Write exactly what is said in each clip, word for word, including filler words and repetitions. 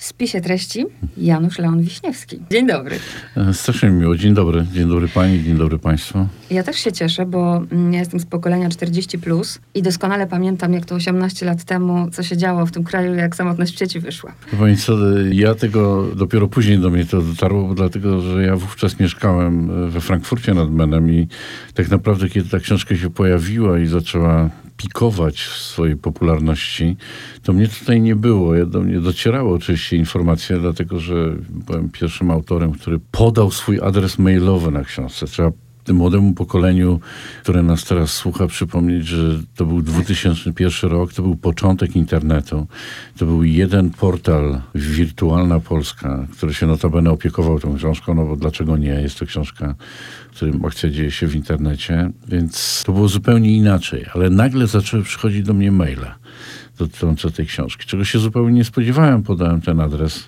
W spisie treści Janusz Leon Wiśniewski. Dzień dobry. Strasznie miło. Dzień dobry. Dzień dobry pani, dzień dobry państwu. Ja też się cieszę, bo ja jestem z pokolenia czterdzieści plus i doskonale pamiętam, jak to osiemnaście lat temu, co się działo w tym kraju, jak Samotność w sieci wyszła. Pani co, ja tego dopiero później do mnie to dotarło, bo dlatego, że ja wówczas mieszkałem we Frankfurcie nad Menem i tak naprawdę, kiedy ta książka się pojawiła i zaczęła pikować w swojej popularności, to mnie tutaj nie było. Ja do mnie docierały oczywiście informacje, dlatego że byłem pierwszym autorem, który podał swój adres mailowy na książce. Trzeba tym młodemu pokoleniu, które nas teraz słucha, przypomnieć, że to był dwa tysiące pierwszy rok, to był początek internetu. To był jeden portal, Wirtualna Polska, który się notabene opiekował tą książką, no bo dlaczego nie? Jest to książka, w którym akcja dzieje się w internecie, więc to było zupełnie inaczej. Ale nagle zaczęły przychodzić do mnie maile dotyczące tej książki, czego się zupełnie nie spodziewałem. Podałem ten adres,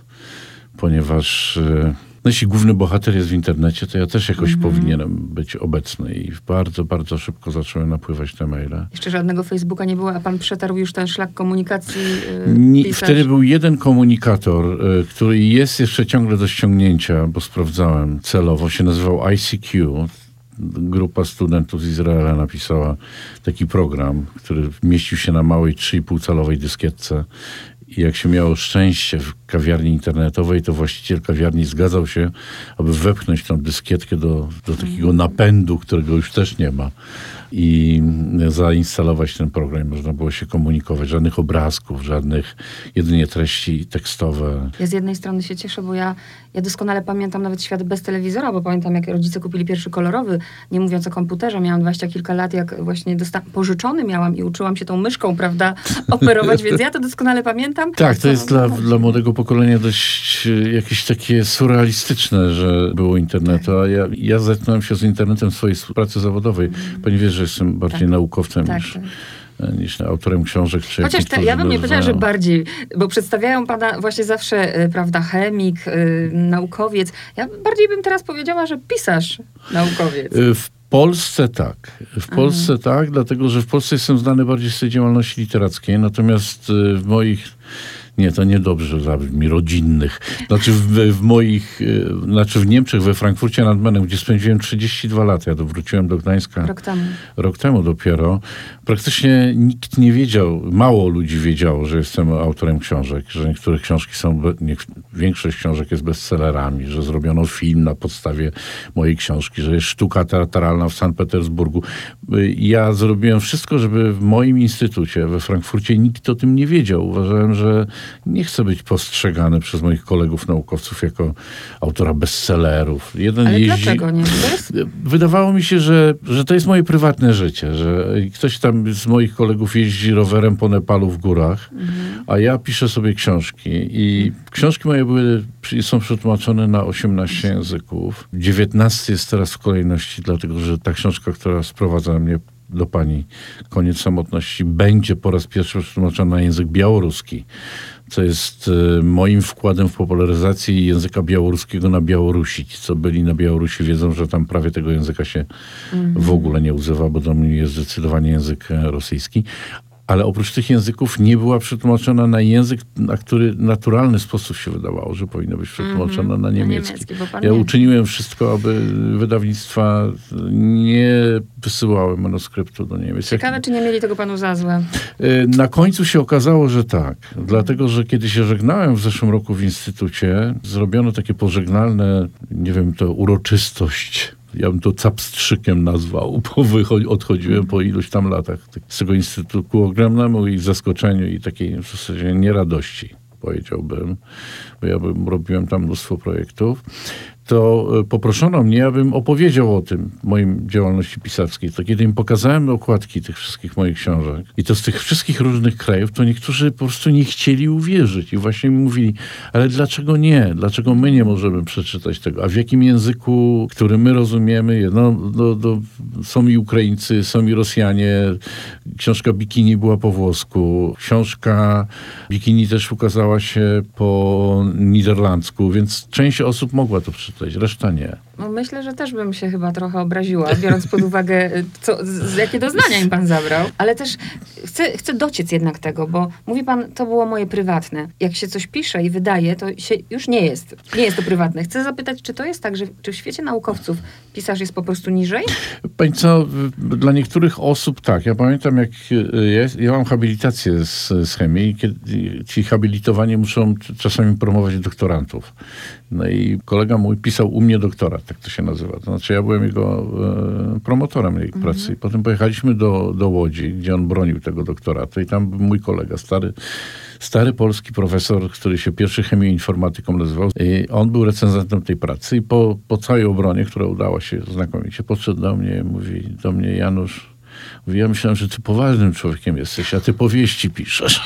ponieważ no jeśli główny bohater jest w internecie, to ja też jakoś mm-hmm. powinienem być obecny i bardzo, bardzo szybko zaczęły napływać te maile. Jeszcze żadnego Facebooka nie było, a pan przetarł już ten szlak komunikacji yy, nie, Wtedy był jeden komunikator, y, który jest jeszcze ciągle do ściągnięcia, bo sprawdzałem celowo, się nazywał I C Q. Grupa studentów z Izraela napisała taki program, który mieścił się na małej trzy i pół calowej dyskietce. I jak się miało szczęście w kawiarni internetowej, to właściciel kawiarni zgadzał się, aby wepchnąć tą dyskietkę do, do takiego napędu, którego już też nie ma, i zainstalować ten program. Można było się komunikować. Żadnych obrazków, żadnych, jedynie treści tekstowe. Ja z jednej strony się cieszę, bo ja, ja doskonale pamiętam nawet świat bez telewizora, bo pamiętam, jak rodzice kupili pierwszy kolorowy, nie mówiąc o komputerze. Miałam dwadzieścia kilka lat, jak właśnie dosta- pożyczony miałam i uczyłam się tą myszką, prawda, operować, więc ja to doskonale pamiętam. Tak, to jest dla, dla młodego pokolenia dość jakieś takie surrealistyczne, że było internetu, a ja, ja zetknąłem się z internetem w swojej pracy zawodowej. Mm. Pani wie, że jestem bardziej tak. naukowcem tak, niż... Tak. niż autorem książek. Czy Chociaż te, ja bym nie powiedziała, że bardziej, bo przedstawiają pana właśnie zawsze, prawda, chemik, yy, naukowiec. Ja bardziej bym teraz powiedziała, że pisarz, naukowiec. W Polsce tak. W Polsce Aha. tak, dlatego że w Polsce jestem znany bardziej z tej działalności literackiej, natomiast w moich Nie, to niedobrze zabrzmi, rodzinnych. Znaczy w, w moich, znaczy w Niemczech, we Frankfurcie nad Menem, gdzie spędziłem trzydzieści dwa lata. Ja to wróciłem do Gdańska. Rok temu. Rok temu dopiero. Praktycznie nikt nie wiedział, mało ludzi wiedziało, że jestem autorem książek, że niektóre książki są, nie, większość książek jest bestsellerami, że zrobiono film na podstawie mojej książki, że jest sztuka teatralna w Sankt Petersburgu. Ja zrobiłem wszystko, żeby w moim instytucie we Frankfurcie nikt o tym nie wiedział. Uważałem, że nie chcę być postrzegany przez moich kolegów naukowców jako autora bestsellerów. Jeden Ale jeździ... dlaczego nie? Wydawało mi się, że, że to jest moje prywatne życie, że ktoś tam z moich kolegów jeździ rowerem po Nepalu w górach, mhm. a ja piszę sobie książki. I książki moje były, są przetłumaczone na osiemnaście języków. dziewiętnasty jest teraz w kolejności, dlatego że ta książka, która sprowadza mnie do pani Koniec samotności, będzie po raz pierwszy przetłumaczona na język białoruski, co jest y, moim wkładem w popularyzację języka białoruskiego na Białorusi. Ci, co byli na Białorusi, wiedzą, że tam prawie tego języka się mm-hmm. w ogóle nie używa, bo to jest zdecydowanie język rosyjski. Ale oprócz tych języków nie była przetłumaczona na język, na który naturalny sposób się wydawało, że powinno być przetłumaczona mm-hmm. na niemiecki. Na niemiecki ja nie. uczyniłem wszystko, aby wydawnictwa nie wysyłały manuskryptu do Niemiec. Ciekawe, czy nie mieli tego panu za złe? Na końcu się okazało, że tak. Dlatego, że kiedy się żegnałem w zeszłym roku w instytucie, zrobiono takie pożegnalne, nie wiem, to uroczystość. Ja bym to capstrzykiem nazwał, bo wychod- odchodziłem po iluś tam latach z tego instytutu ku ogromnemu i zaskoczeniu i takiej w zasadzie nieradości, powiedziałbym, bo ja bym, robiłem tam mnóstwo projektów. To poproszono mnie, abym opowiedział o tym, moim działalności pisarskiej. To kiedy im pokazałem okładki tych wszystkich moich książek i to z tych wszystkich różnych krajów, to niektórzy po prostu nie chcieli uwierzyć i właśnie mi mówili, ale dlaczego nie? Dlaczego my nie możemy przeczytać tego? A w jakim języku, który my rozumiemy? No, no, no, są i Ukraińcy, są i Rosjanie. Książka Bikini była po włosku. Książka Bikini też ukazała się po niderlandzku, więc część osób mogła to przeczytać, reszta nie. No myślę, że też bym się chyba trochę obraziła, biorąc pod uwagę, co, z, z jakie doznania im pan zabrał. Ale też chcę, chcę dociec jednak tego, bo mówi pan, to było moje prywatne. Jak się coś pisze i wydaje, to się już nie jest. Nie jest to prywatne. Chcę zapytać, czy to jest tak, że czy w świecie naukowców pisarz jest po prostu niżej? Pani co, dla niektórych osób tak. Ja pamiętam, jak jest, ja mam habilitację z, z chemii, kiedy ci habilitowani muszą czasami promować doktorantów. No i kolega mój pisał u mnie doktorat, tak to się nazywa. To znaczy ja byłem jego e, promotorem jej pracy. Mhm. I potem pojechaliśmy do, do Łodzi, gdzie on bronił tego doktoratu i tam był mój kolega, stary, stary polski profesor, który się pierwszy chemioinformatyką nazywał. I on był recenzentem tej pracy i po, po całej obronie, która udała się znakomicie, podszedł do mnie i mówi do mnie: Janusz, mówi, ja myślałem, że ty poważnym człowiekiem jesteś, a ty powieści piszesz.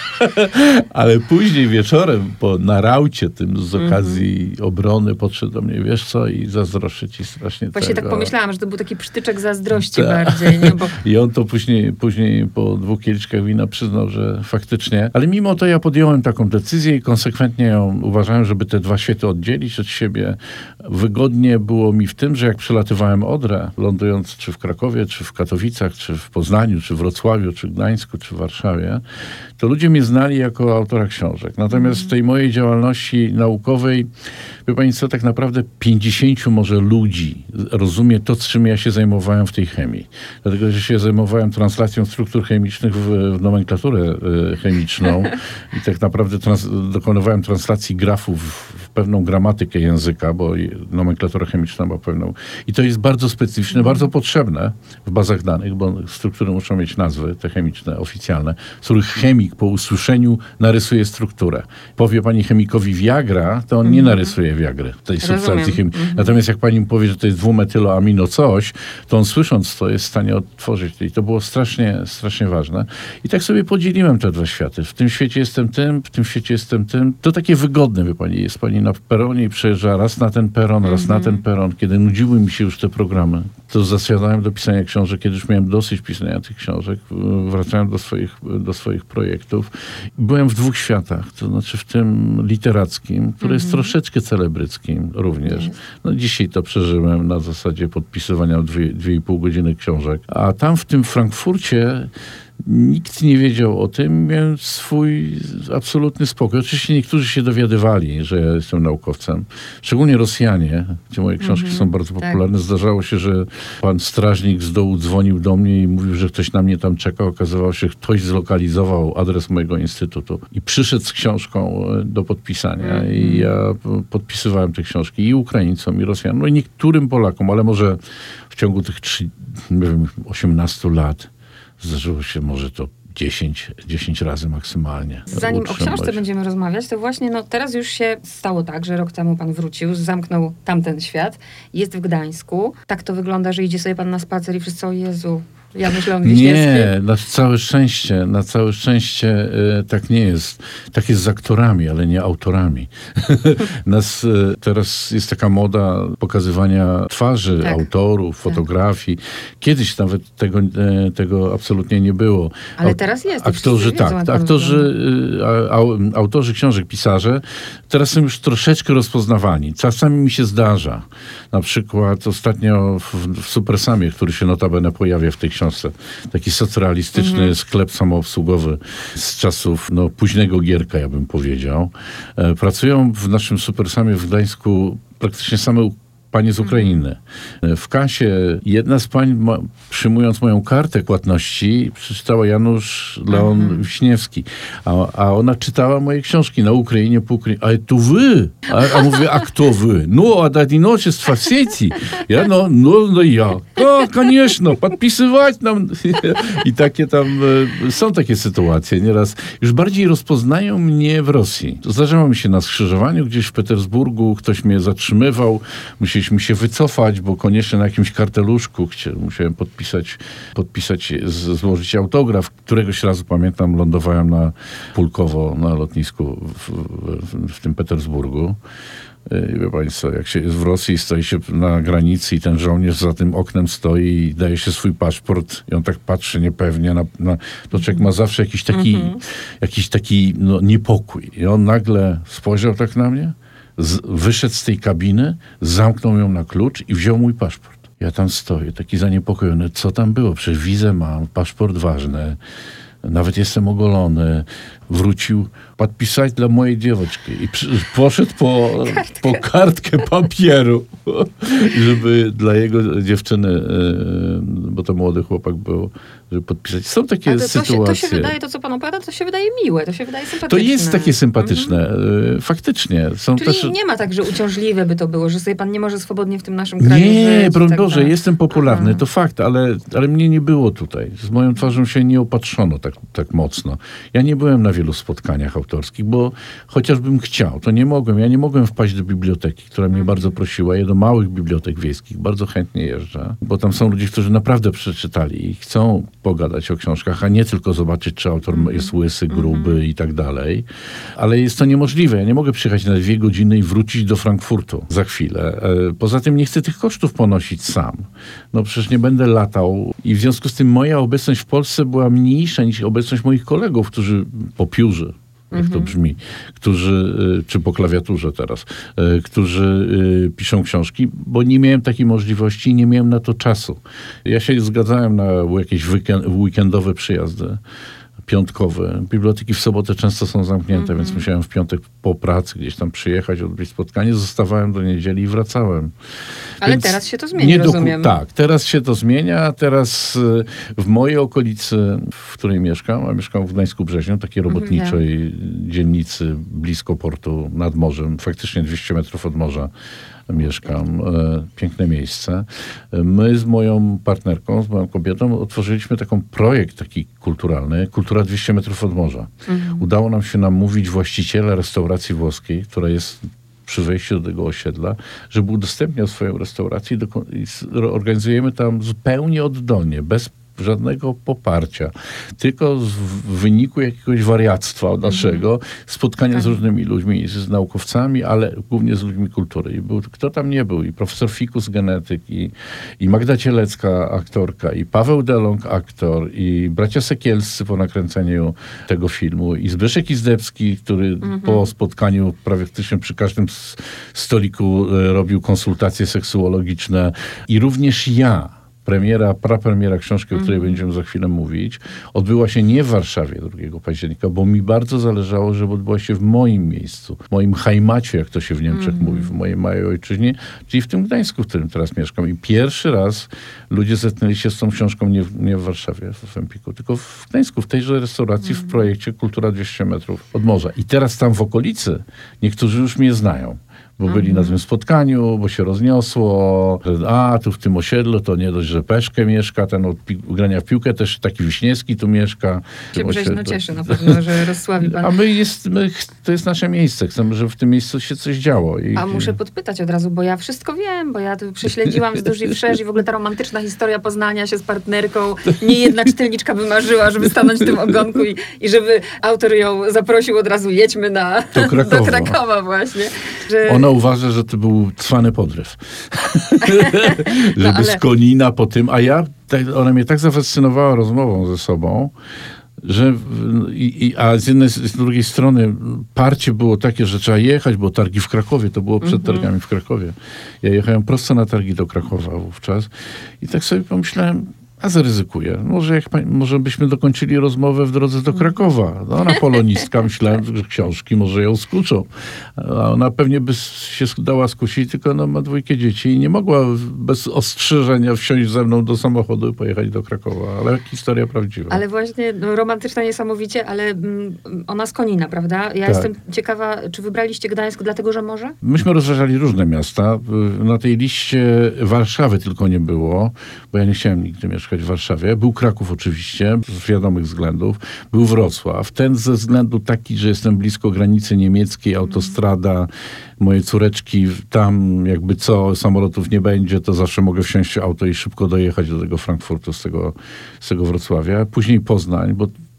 Ale później wieczorem, po naraucie tym z okazji mm-hmm. obrony, podszedł do mnie, wiesz co, i zazdroszczę ci strasznie Właśnie tego. tak pomyślałam, że to był taki przytyczek zazdrości bardziej. Nie? Bo... I on to później, później po dwóch kieliszkach wina przyznał, że faktycznie. Ale mimo to ja podjąłem taką decyzję i konsekwentnie ją uważałem, żeby te dwa światy oddzielić od siebie. Wygodnie było mi w tym, że jak przelatywałem Odrę, lądując czy w Krakowie, czy w Katowicach, czy w Poznaniu, czy w Wrocławiu, czy Gdańsku, czy w Warszawie, to ludzie mnie znali jako autora książek. Natomiast w tej mojej działalności naukowej, wie pani co, tak naprawdę pięćdziesięciu może ludzi rozumie to, czym ja się zajmowałem w tej chemii. Dlatego, że się zajmowałem translacją struktur chemicznych w, w nomenklaturę y, chemiczną i tak naprawdę trans, dokonywałem translacji grafów w pewną gramatykę języka, bo nomenklatura chemiczna ma pewną... I to jest bardzo specyficzne, mm. bardzo potrzebne w bazach danych, bo struktury muszą mieć nazwy, te chemiczne, oficjalne, z których chemik po usłyszeniu narysuje strukturę. Powie pani chemikowi Viagra, to on mm. nie narysuje Viagry, tej substancji chemicznej. Mm-hmm. Natomiast jak pani mu powie, że to jest dwumetyloamino coś, to on słysząc to jest w stanie odtworzyć. I to było strasznie, strasznie ważne. I tak sobie podzieliłem te dwa światy. W tym świecie jestem tym, w tym świecie jestem tym. To takie wygodne, wie pani, jest pani na peronie i przejeżdża raz na ten peron, raz mm-hmm. na ten peron. Kiedy nudziły mi się już te programy, to zasiadałem do pisania książek. Kiedy już miałem dosyć pisania tych książek, wracałem do swoich, do swoich projektów. Byłem w dwóch światach, to znaczy w tym literackim, który mm-hmm. jest troszeczkę celebryckim również. No dzisiaj to przeżyłem na zasadzie podpisywania dwie, dwie i pół godziny książek. A tam w tym Frankfurcie nikt nie wiedział o tym, miałem swój absolutny spokój. Oczywiście niektórzy się dowiadywali, że ja jestem naukowcem. Szczególnie Rosjanie, gdzie moje książki mm-hmm, są bardzo popularne. Tak. Zdarzało się, że pan strażnik z dołu dzwonił do mnie i mówił, że ktoś na mnie tam czeka. Okazywało się, że ktoś zlokalizował adres mojego instytutu i przyszedł z książką do podpisania. Mm-hmm. I ja podpisywałem te książki i Ukraińcom, i Rosjanom, no i niektórym Polakom, ale może w ciągu tych trzy, nie wiem, osiemnastu lat zdarzyło się może to dziesięć, dziesięć razy maksymalnie. Zanim o książce będziemy rozmawiać, to właśnie no, teraz już się stało tak, że rok temu pan wrócił, zamknął tamten świat, jest w Gdańsku. Tak to wygląda, że idzie sobie pan na spacer i wszyscy: o Jezu, Janusz Leon Wiśniewski. Nie, na całe szczęście, na całe szczęście y, tak nie jest. Tak jest z aktorami, ale nie autorami. Nas y, teraz jest taka moda pokazywania twarzy tak. autorów, fotografii. Kiedyś nawet tego, y, tego absolutnie nie było. Ale Aut- teraz jest. Aktorzy, tak. Aktorzy, y, a, autorzy książek, pisarze teraz są już troszeczkę rozpoznawani. Czasami mi się zdarza. Na przykład ostatnio w, w Supersamie, który się notabene pojawia w tej książce, taki socrealistyczny mm-hmm. sklep samoobsługowy z czasów no, późnego Gierka, ja bym powiedział. E, pracują w naszym Supersamie w Gdańsku praktycznie same panie z Ukrainy. W kasie jedna z pań, ma, przyjmując moją kartę płatności, przeczytała Janusz Leon mhm. Wiśniewski. A, a ona czytała moje książki na Ukrainie, po Ukrainie. Ale to wy? A, a mówię, a kto wy? No, od одиночества w sieci. Ja, no, no, no ja. To, конечно, podpisywać nam. I takie tam, są takie sytuacje nieraz. Już bardziej rozpoznają mnie w Rosji. Zdarzało mi się na skrzyżowaniu gdzieś w Petersburgu, ktoś mnie zatrzymywał, musieliśmy się wycofać, bo koniecznie na jakimś karteluszku musiałem podpisać, podpisać złożyć autograf. Któregoś razu, pamiętam, lądowałem na Pulkowo, na lotnisku w, w, w tym Petersburgu. I wie państwo, jak się jest w Rosji, stoi się na granicy i ten żołnierz za tym oknem stoi i daje się swój paszport i on tak patrzy niepewnie na... na to człowiek ma zawsze jakiś taki, mm-hmm. jakiś taki no, niepokój. I on nagle spojrzał tak na mnie, z, wyszedł z tej kabiny, zamknął ją na klucz i wziął mój paszport. Ja tam stoję, taki zaniepokojony, co tam było? Przecież wizę mam, paszport ważny, nawet jestem ogolony. Wrócił podpisać dla mojej dziewczynki i przy, poszedł po kartkę. po kartkę papieru, żeby dla jego dziewczyny, bo to młody chłopak był, żeby podpisać. Są takie to, sytuacje. To się, to się wydaje, to co pan opowiada, to się wydaje miłe, to się wydaje sympatyczne. To jest takie sympatyczne. Mhm. Faktycznie. Są Czyli też... nie ma tak, że uciążliwe by to było, że sobie pan nie może swobodnie w tym naszym kraju żyć. Nie, broń tak Boże, tak. jestem popularny, Aha. to fakt, ale, ale mnie nie było tutaj. Z moją twarzą się nie opatrzono tak, tak mocno. Ja nie byłem na wielu spotkaniach autorskich, bo chociażbym chciał, to nie mogłem. Ja nie mogłem wpaść do biblioteki, która mnie mhm. bardzo prosiła. Ja do małych bibliotek wiejskich bardzo chętnie jeżdżę, bo tam są ludzie, którzy naprawdę przeczytali i chcą pogadać o książkach, a nie tylko zobaczyć, czy autor mhm. jest łysy, gruby mhm. i tak dalej. Ale jest to niemożliwe. Ja nie mogę przyjechać na dwie godziny i wrócić do Frankfurtu za chwilę. Poza tym nie chcę tych kosztów ponosić sam. No przecież nie będę latał i w związku z tym moja obecność w Polsce była mniejsza niż obecność moich kolegów, którzy po piórze, jak to brzmi, którzy, czy po klawiaturze teraz, którzy piszą książki, bo nie miałem takiej możliwości i nie miałem na to czasu. Ja się zgadzałem na jakieś weekend, weekendowe przyjazdy, piątkowe. Biblioteki w sobotę często są zamknięte, mm-hmm. więc musiałem w piątek po pracy gdzieś tam przyjechać, odbyć spotkanie, zostawałem do niedzieli i wracałem. Ale więc teraz się to zmieni, rozumiem. Doku- tak, teraz się to zmienia. Teraz w mojej okolicy, w której mieszkam, a mieszkam w Gdańsku-Brzeźniu, takiej robotniczej mm-hmm. dzielnicy blisko portu nad morzem, faktycznie dwieście metrów od morza mieszkam. E, piękne miejsce. My z moją partnerką, z moją kobietą otworzyliśmy taką projekt taki kulturalny, Kultura dwieście metrów od morza. Mhm. Udało nam się namówić właściciela restauracji włoskiej, która jest przy wejściu do tego osiedla, żeby udostępniał swoją restaurację i, i organizujemy tam zupełnie oddolnie, bez żadnego poparcia, tylko w wyniku jakiegoś wariactwa naszego, spotkania tak. z różnymi ludźmi, z naukowcami, ale głównie z ludźmi kultury. I był, kto tam nie był? I profesor Fikus, genetyk, i, i Magda Cielecka, aktorka, i Paweł Delong, aktor, i bracia Sekielscy po nakręceniu tego filmu, i Zbyszek Izdebski, który mhm. po spotkaniu praktycznie przy każdym stoliku robił konsultacje seksuologiczne, i również ja. Premiera, prapremiera książki, o której mm. będziemy za chwilę mówić, odbyła się nie w Warszawie drugiego października, bo mi bardzo zależało, żeby odbyła się w moim miejscu, w moim Heimacie, jak to się w Niemczech mm. mówi, w mojej małej ojczyźnie, czyli w tym Gdańsku, w którym teraz mieszkam. I pierwszy raz ludzie zetknęli się z tą książką nie w, nie w Warszawie, w Empiku, tylko w Gdańsku, w tejże restauracji, mm. w projekcie Kultura dwieście metrów od morza. I teraz tam w okolicy niektórzy już mnie znają. Bo byli mhm. na tym spotkaniu, bo się rozniosło, że a, tu w tym osiedlu to nie dość, że Peszkę mieszka, ten od pi- grania w piłkę też taki Wiśniewski tu mieszka. Się Brzeźno cieszy na pewno, że rozsławi pan. A my jest, my, to jest nasze miejsce, chcemy, żeby w tym miejscu się coś działo. I, a muszę podpytać od razu, bo ja wszystko wiem, bo ja tu prześledziłam wzdłuż i wszerz i w ogóle ta romantyczna historia poznania się z partnerką, nie jedna czytelniczka by marzyła, żeby stanąć w tym ogonku i, i żeby autor ją zaprosił od razu, jedźmy na, do Krakowa, do Krakowa właśnie. Że... Ona uważa, że to był cwany podryw. Żeby ale... z Konina po tym, a ja, tak, ona mnie tak zafascynowała rozmową ze sobą, że i, i, a z jednej, z drugiej strony parcie było takie, że trzeba jechać, bo targi w Krakowie, to było przed mm-hmm. targami w Krakowie. Ja jechałem prosto na targi do Krakowa wówczas i tak sobie pomyślałem, a zaryzykuję. Może, jak, może byśmy dokończyli rozmowę w drodze do Krakowa. No, ona polonistka, myślałem, że książki może ją skuczą. A ona pewnie by się dała skusić, tylko no, ma dwójkę dzieci i nie mogła bez ostrzeżenia wsiąść ze mną do samochodu i pojechać do Krakowa. Ale historia prawdziwa. Ale właśnie no, romantyczna niesamowicie, ale mm, ona z Konina, prawda? Ja tak. jestem ciekawa, czy wybraliście Gdańsk dlatego, że może? Myśmy rozważali różne miasta. Na tej liście Warszawy tylko nie było, bo ja nie chciałem nigdy mieszkać w Warszawie. Był Kraków oczywiście, z wiadomych względów. Był Wrocław. Ten ze względu taki, że jestem blisko granicy niemieckiej, autostrada, moje córeczki, tam jakby co, samolotów nie będzie, to zawsze mogę wsiąść w auto i szybko dojechać do tego Frankfurtu z tego, z tego Wrocławia. Później Poznań, bo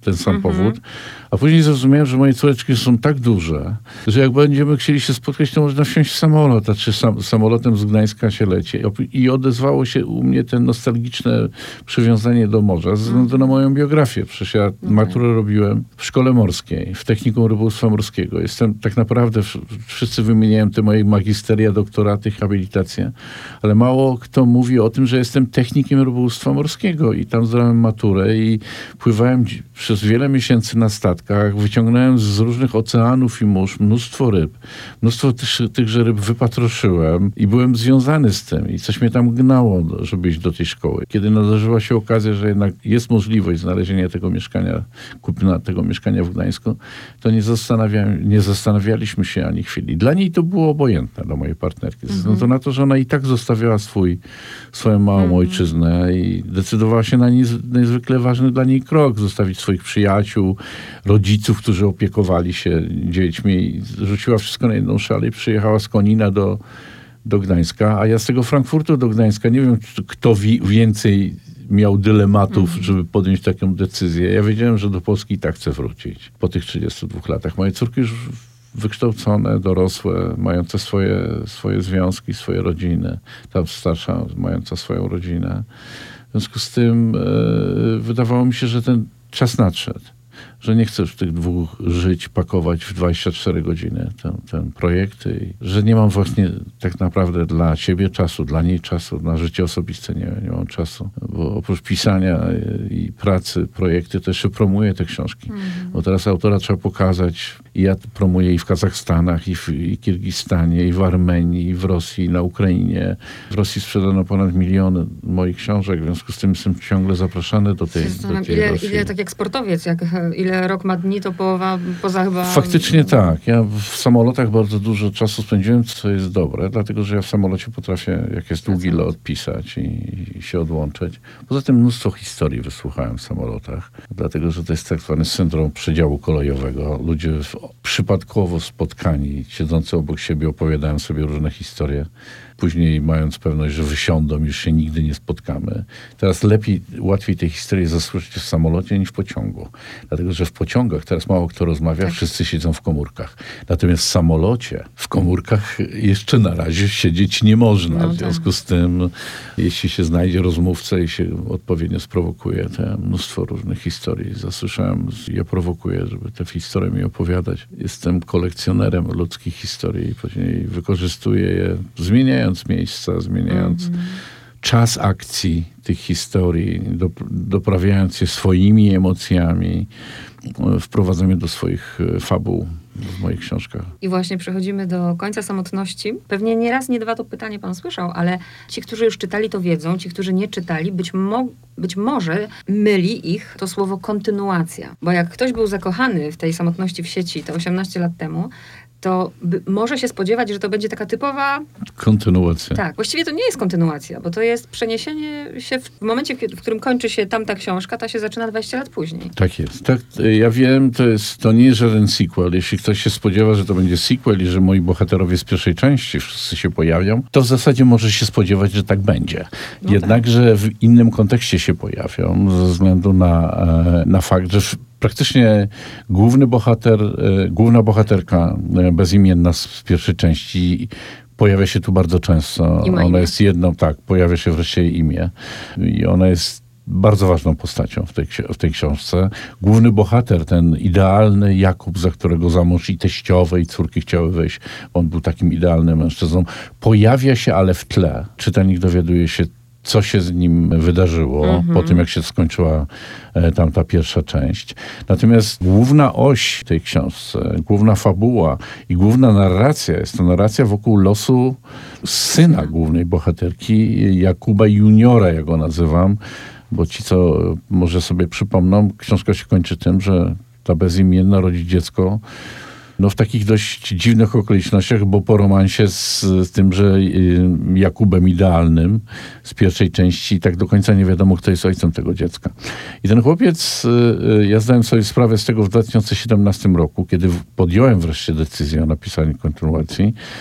ten sam Mhm. powód. A później zrozumiałem, że moje córeczki są tak duże, że jak będziemy chcieli się spotkać, to można wsiąść w samolot, a czy sam, samolotem z Gdańska się leci. I odezwało się u mnie ten nostalgiczne przywiązanie do morza ze względu na moją biografię. Przecież ja maturę robiłem w szkole morskiej, w Technikum Rybołówstwa Morskiego. Jestem tak naprawdę, wszyscy wymieniają te moje magisteria, doktoraty, habilitacje, ale mało kto mówi o tym, że jestem technikiem rybołówstwa morskiego i tam zdałem maturę i pływałem przez wiele miesięcy na statkach, wyciągnąłem z różnych oceanów i mórz mnóstwo ryb. Mnóstwo tych, tychże ryb wypatroszyłem i byłem związany z tym i coś mnie tam gnało, żeby iść do tej szkoły. Kiedy nadarzyła się okazja, że jednak jest możliwość znalezienia tego mieszkania, kupna tego mieszkania w Gdańsku, to nie, zastanawiałem, nie zastanawialiśmy się ani chwili. Dla niej to było obojętne, dla mojej partnerki. Ze względu na to, że ona i tak zostawiała swój, swoją małą mm. ojczyznę i decydowała się na niez, niezwykle ważny dla niej krok. Zostawić swoich przyjaciół, rodziców, którzy opiekowali się dziećmi. I rzuciła wszystko na jedną szalę i przyjechała z Konina do, do Gdańska. A ja z tego Frankfurtu do Gdańska, nie wiem, kto wi- więcej miał dylematów, mm. żeby podjąć taką decyzję. Ja wiedziałem, że do Polski i tak chcę wrócić po tych trzydziestu dwóch latach. Moje córki już wykształcone, dorosłe, mające swoje, swoje związki, swoje rodziny. Ta starsza mająca swoją rodzinę. W związku z tym e, wydawało mi się, że ten czas nadszedł. Że nie chcę już tych dwóch żyć pakować w dwadzieścia cztery godziny ten, ten projekt. I że nie mam właśnie tak naprawdę dla siebie czasu, dla niej czasu, na życie osobiste nie, nie mam czasu. Bo oprócz pisania i pracy, projekty, też się promuję te książki. Mm. Bo teraz autora trzeba pokazać. I ja promuję i w Kazachstanach, i w i Kirgistanie, i w Armenii, i w Rosji, i na Ukrainie. W Rosji sprzedano ponad milion moich książek, w związku z tym jestem ciągle zapraszany do tej, do tej ile, Rosji. ile tak jak sportowiec, jak ile rok ma dni, to połowa poza chyba... Faktycznie tak. Ja w samolotach bardzo dużo czasu spędziłem, co jest dobre, dlatego że ja w samolocie potrafię, jak jest długi lot, pisać i, i się odłączyć. Poza tym mnóstwo historii wysłuchałem w samolotach, dlatego że to jest tak zwany syndrom przedziału kolejowego. Ludzie w, przypadkowo spotkani, siedzący obok siebie, opowiadają sobie różne historie. Później mając pewność, że wysiądą, już się nigdy nie spotkamy. Teraz lepiej, łatwiej tej historii zasłyszeć w samolocie niż w pociągu. Dlatego, że w pociągach teraz mało kto rozmawia, tak. Wszyscy siedzą w komórkach. Natomiast w samolocie, w komórkach jeszcze na razie siedzieć nie można. No w związku tak. z tym, jeśli się znajdzie rozmówcę i się odpowiednio sprowokuje, to ja mnóstwo różnych historii zasłyszałem. Ja prowokuję, żeby te historie mi opowiadać. Jestem kolekcjonerem ludzkich historii i później wykorzystuję je, zmieniając miejsca, zmieniając mm-hmm. czas akcji tych historii, do, doprawiając je swoimi emocjami, wprowadzam je do swoich fabuł w moich książkach. I właśnie przechodzimy do końca samotności. Pewnie nie raz, nie dwa to pytanie pan słyszał, ale ci, którzy już czytali, to wiedzą. Ci, którzy nie czytali, być, mo- być może myli ich to słowo kontynuacja. Bo jak ktoś był zakochany w tej samotności w sieci te osiemnaście lat temu, to by, może się spodziewać, że to będzie taka typowa... Kontynuacja. Tak. Właściwie to nie jest kontynuacja, bo to jest przeniesienie się w, w momencie, w którym kończy się tamta książka, ta się zaczyna dwadzieścia lat później. Tak jest. Tak, ja wiem, to, jest, to nie jest żaden sequel. Jeśli ktoś się spodziewa, że to będzie sequel i że moi bohaterowie z pierwszej części wszyscy się pojawią, to w zasadzie może się spodziewać, że tak będzie. No Jednakże tak. w innym kontekście się pojawią, ze względu na, na fakt, że w, praktycznie główny bohater, główna bohaterka bezimienna z pierwszej części pojawia się tu bardzo często. Ona jest jedną, tak, pojawia się wreszcie jej imię. I ona jest bardzo ważną postacią w tej, w tej książce. Główny bohater, ten idealny Jakub, za którego za mąż i teściowe, i córki chciały wejść, on był takim idealnym mężczyzną, pojawia się, ale w tle. Czytelnik dowiaduje się, co się z nim wydarzyło mm-hmm. po tym, jak się skończyła e, tamta pierwsza część. Natomiast główna oś tej książce, główna fabuła i główna narracja jest to narracja wokół losu syna głównej bohaterki, Jakuba Juniora, jak go nazywam, bo ci, co może sobie przypomną, książka się kończy tym, że ta bezimienna rodzi dziecko no w takich dość dziwnych okolicznościach, bo po romansie z, z tym, że Jakubem idealnym z pierwszej części tak do końca nie wiadomo, kto jest ojcem tego dziecka. I ten chłopiec, ja zdałem sobie sprawę z tego w dwa tysiące siedemnastym roku, kiedy podjąłem wreszcie decyzję o napisaniu kontynuacji.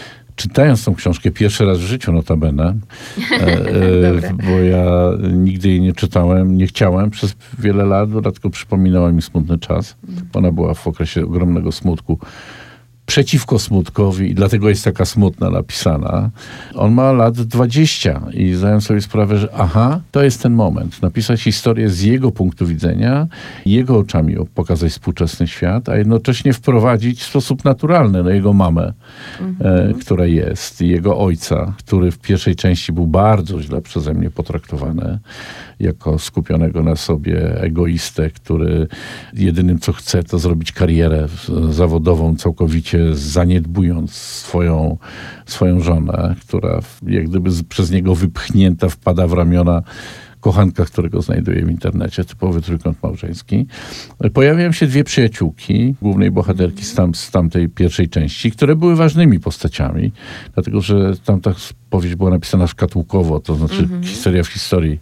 czytając tą książkę pierwszy raz w życiu notabene, e, e, bo ja nigdy jej nie czytałem, nie chciałem przez wiele lat, dlatego przypominała mi smutny czas. Ona była w okresie ogromnego smutku, przeciwko smutkowi i dlatego jest taka smutna napisana. On ma lat dwadzieścia i zdałem sobie sprawę, że aha, to jest ten moment. Napisać historię z jego punktu widzenia, jego oczami pokazać współczesny świat, a jednocześnie wprowadzić w sposób naturalny no, jego mamę, mhm. e, która jest, i jego ojca, który w pierwszej części był bardzo źle przeze mnie potraktowany, jako skupionego na sobie egoistę, który jedynym co chce, to zrobić karierę zawodową całkowicie zaniedbując swoją, swoją żonę, która jak gdyby przez niego wypchnięta wpada w ramiona kochanka, którego znajduje w internecie, typowy trójkąt małżeński. Pojawiają się dwie przyjaciółki głównej bohaterki z, tam, z tamtej pierwszej części, które były ważnymi postaciami, dlatego że tamta powieść była napisana szkatułkowo, to znaczy mm-hmm. historia w historii.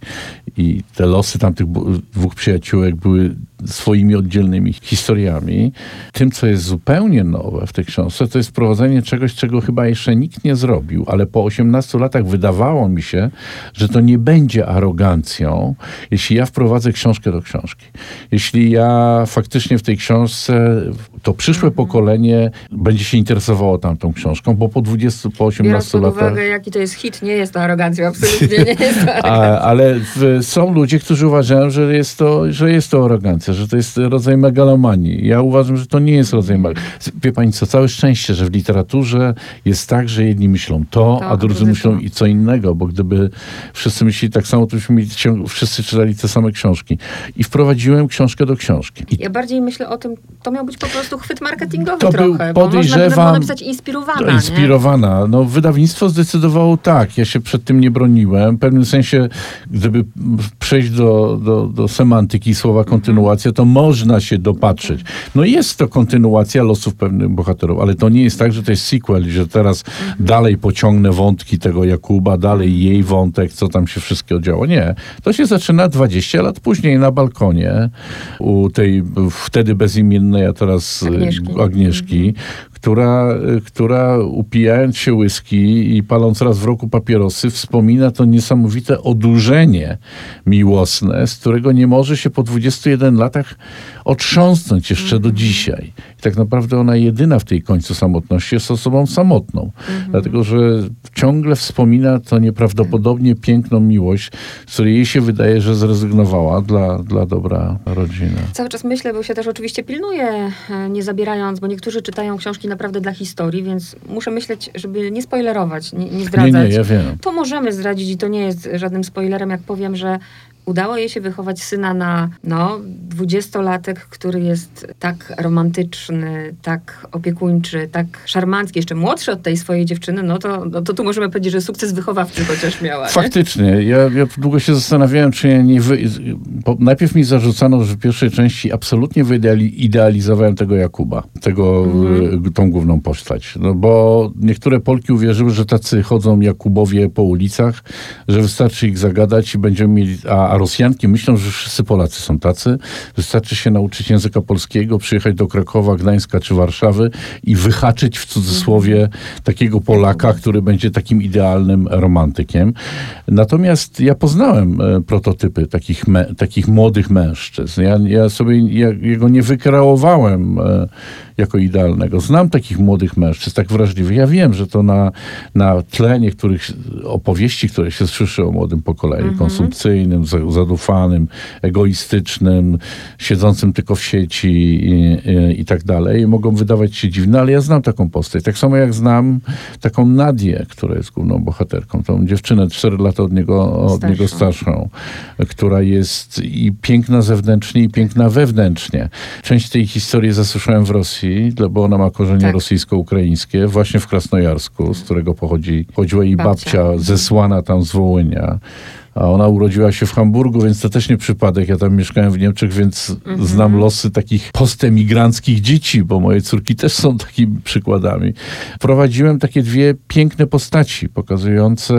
I te losy tamtych dwóch przyjaciółek były swoimi oddzielnymi historiami. Tym, co jest zupełnie nowe w tej książce, to jest wprowadzenie czegoś, czego chyba jeszcze nikt nie zrobił, ale po osiemnastu latach wydawało mi się, że to nie będzie arogancją, jeśli ja wprowadzę książkę do książki. Jeśli ja faktycznie w tej książce to przyszłe mm-hmm. pokolenie będzie się interesowało tamtą książką, bo po dwudziestu, po osiemnastu Biorąc pod latach... uwagę, jaki to jest hit, nie jest to arogancją, absolutnie nie jest to arogancją. A, ale w, są ludzie, którzy uważają, że jest, to, że jest to arogancja, że to jest rodzaj megalomanii. Ja uważam, że to nie jest rodzaj megalomanii. Wie pani co, całe szczęście, że w literaturze jest tak, że jedni myślą to, to a drudzy myślą to. I co innego, bo gdyby wszyscy myśleli tak samo, to byśmy mieli, wszyscy czytali te same książki. I wprowadziłem książkę do książki. I ja bardziej myślę o tym, to miał być po prostu chwyt marketingowy to trochę, był, bo można by było podejrzewam, napisać inspirowana. Inspirowana. No, wydawnictwo zdecydowało tak. Ja się przed tym nie broniłem. W pewnym sensie, gdyby przejść do, do, do semantyki słowa kontynuacja, to można się dopatrzeć. No jest to kontynuacja losów pewnych bohaterów, ale to nie jest tak, że to jest sequel, że teraz mhm. dalej pociągnę wątki tego Jakuba, dalej jej wątek, co tam się wszystkiego działo. Nie. To się zaczyna dwadzieścia lat później na balkonie u tej wtedy bezimiennej, a teraz Agnieszki, Agnieszki mhm. która, która upijając się whisky i paląc raz w roku papierosy, wspomina to niesamowite odurzenie miłosne, z którego nie może się po dwudziestu jeden latach otrząsnąć jeszcze mm-hmm. do dzisiaj. I tak naprawdę ona jedyna w tej końcu samotności jest osobą samotną. Mm-hmm. Dlatego, że ciągle wspomina to nieprawdopodobnie piękną miłość, z której jej się wydaje, że zrezygnowała dla, dla dobra rodziny. Cały czas myślę, bo się też oczywiście pilnuję, nie zabierając, bo niektórzy czytają książki naprawdę dla historii, więc muszę myśleć, żeby nie spoilerować, nie, nie zdradzać. Nie, nie, ja wiem. To możemy zdradzić i to nie jest żadnym spoilerem, jak powiem, że udało jej się wychować syna na no, dwudziestolatek, który jest tak romantyczny, tak opiekuńczy, tak szarmancki, jeszcze młodszy od tej swojej dziewczyny, no to, no to tu możemy powiedzieć, że sukces wychowawczy chociaż miała. Faktycznie. Ja, ja długo się zastanawiałem, czy ja nie... Wy... Najpierw mi zarzucano, że w pierwszej części absolutnie wyidealizowałem tego Jakuba, tego, mm. tą główną postać. No bo niektóre Polki uwierzyły, że tacy chodzą Jakubowie po ulicach, że wystarczy ich zagadać i będziemy mieli... A A Rosjanki myślą, że wszyscy Polacy są tacy. Wystarczy się nauczyć języka polskiego, przyjechać do Krakowa, Gdańska czy Warszawy i wyhaczyć w cudzysłowie takiego Polaka, który będzie takim idealnym romantykiem. Natomiast ja poznałem e, prototypy takich, me, takich młodych mężczyzn. Ja, ja sobie ja, jego nie wykreowałem e, jako idealnego. Znam takich młodych mężczyzn, tak wrażliwych. Ja wiem, że to na, na tle niektórych opowieści, które się słyszy o młodym pokoleniu, mhm. konsumpcyjnym, zadufanym, egoistycznym, siedzącym tylko w sieci i, i, i tak dalej, mogą wydawać się dziwne, ale ja znam taką postać. Tak samo jak znam taką Nadię, która jest główną bohaterką, tą dziewczynę cztery lata od niego, od starszą. niego starszą, która jest i piękna zewnętrznie, i piękna wewnętrznie. Część tej historii zasłyszałem w Rosji, bo ona ma korzenie tak. rosyjsko-ukraińskie, właśnie w Krasnojarsku, z którego pochodzi, pochodziła jej babcia, babcia zesłana tam z Wołynia. A ona urodziła się w Hamburgu, więc to też nie przypadek. Ja tam mieszkałem w Niemczech, więc mm-hmm. znam losy takich postemigranckich dzieci, bo moje córki też są takimi przykładami. Prowadziłem takie dwie piękne postaci, pokazujące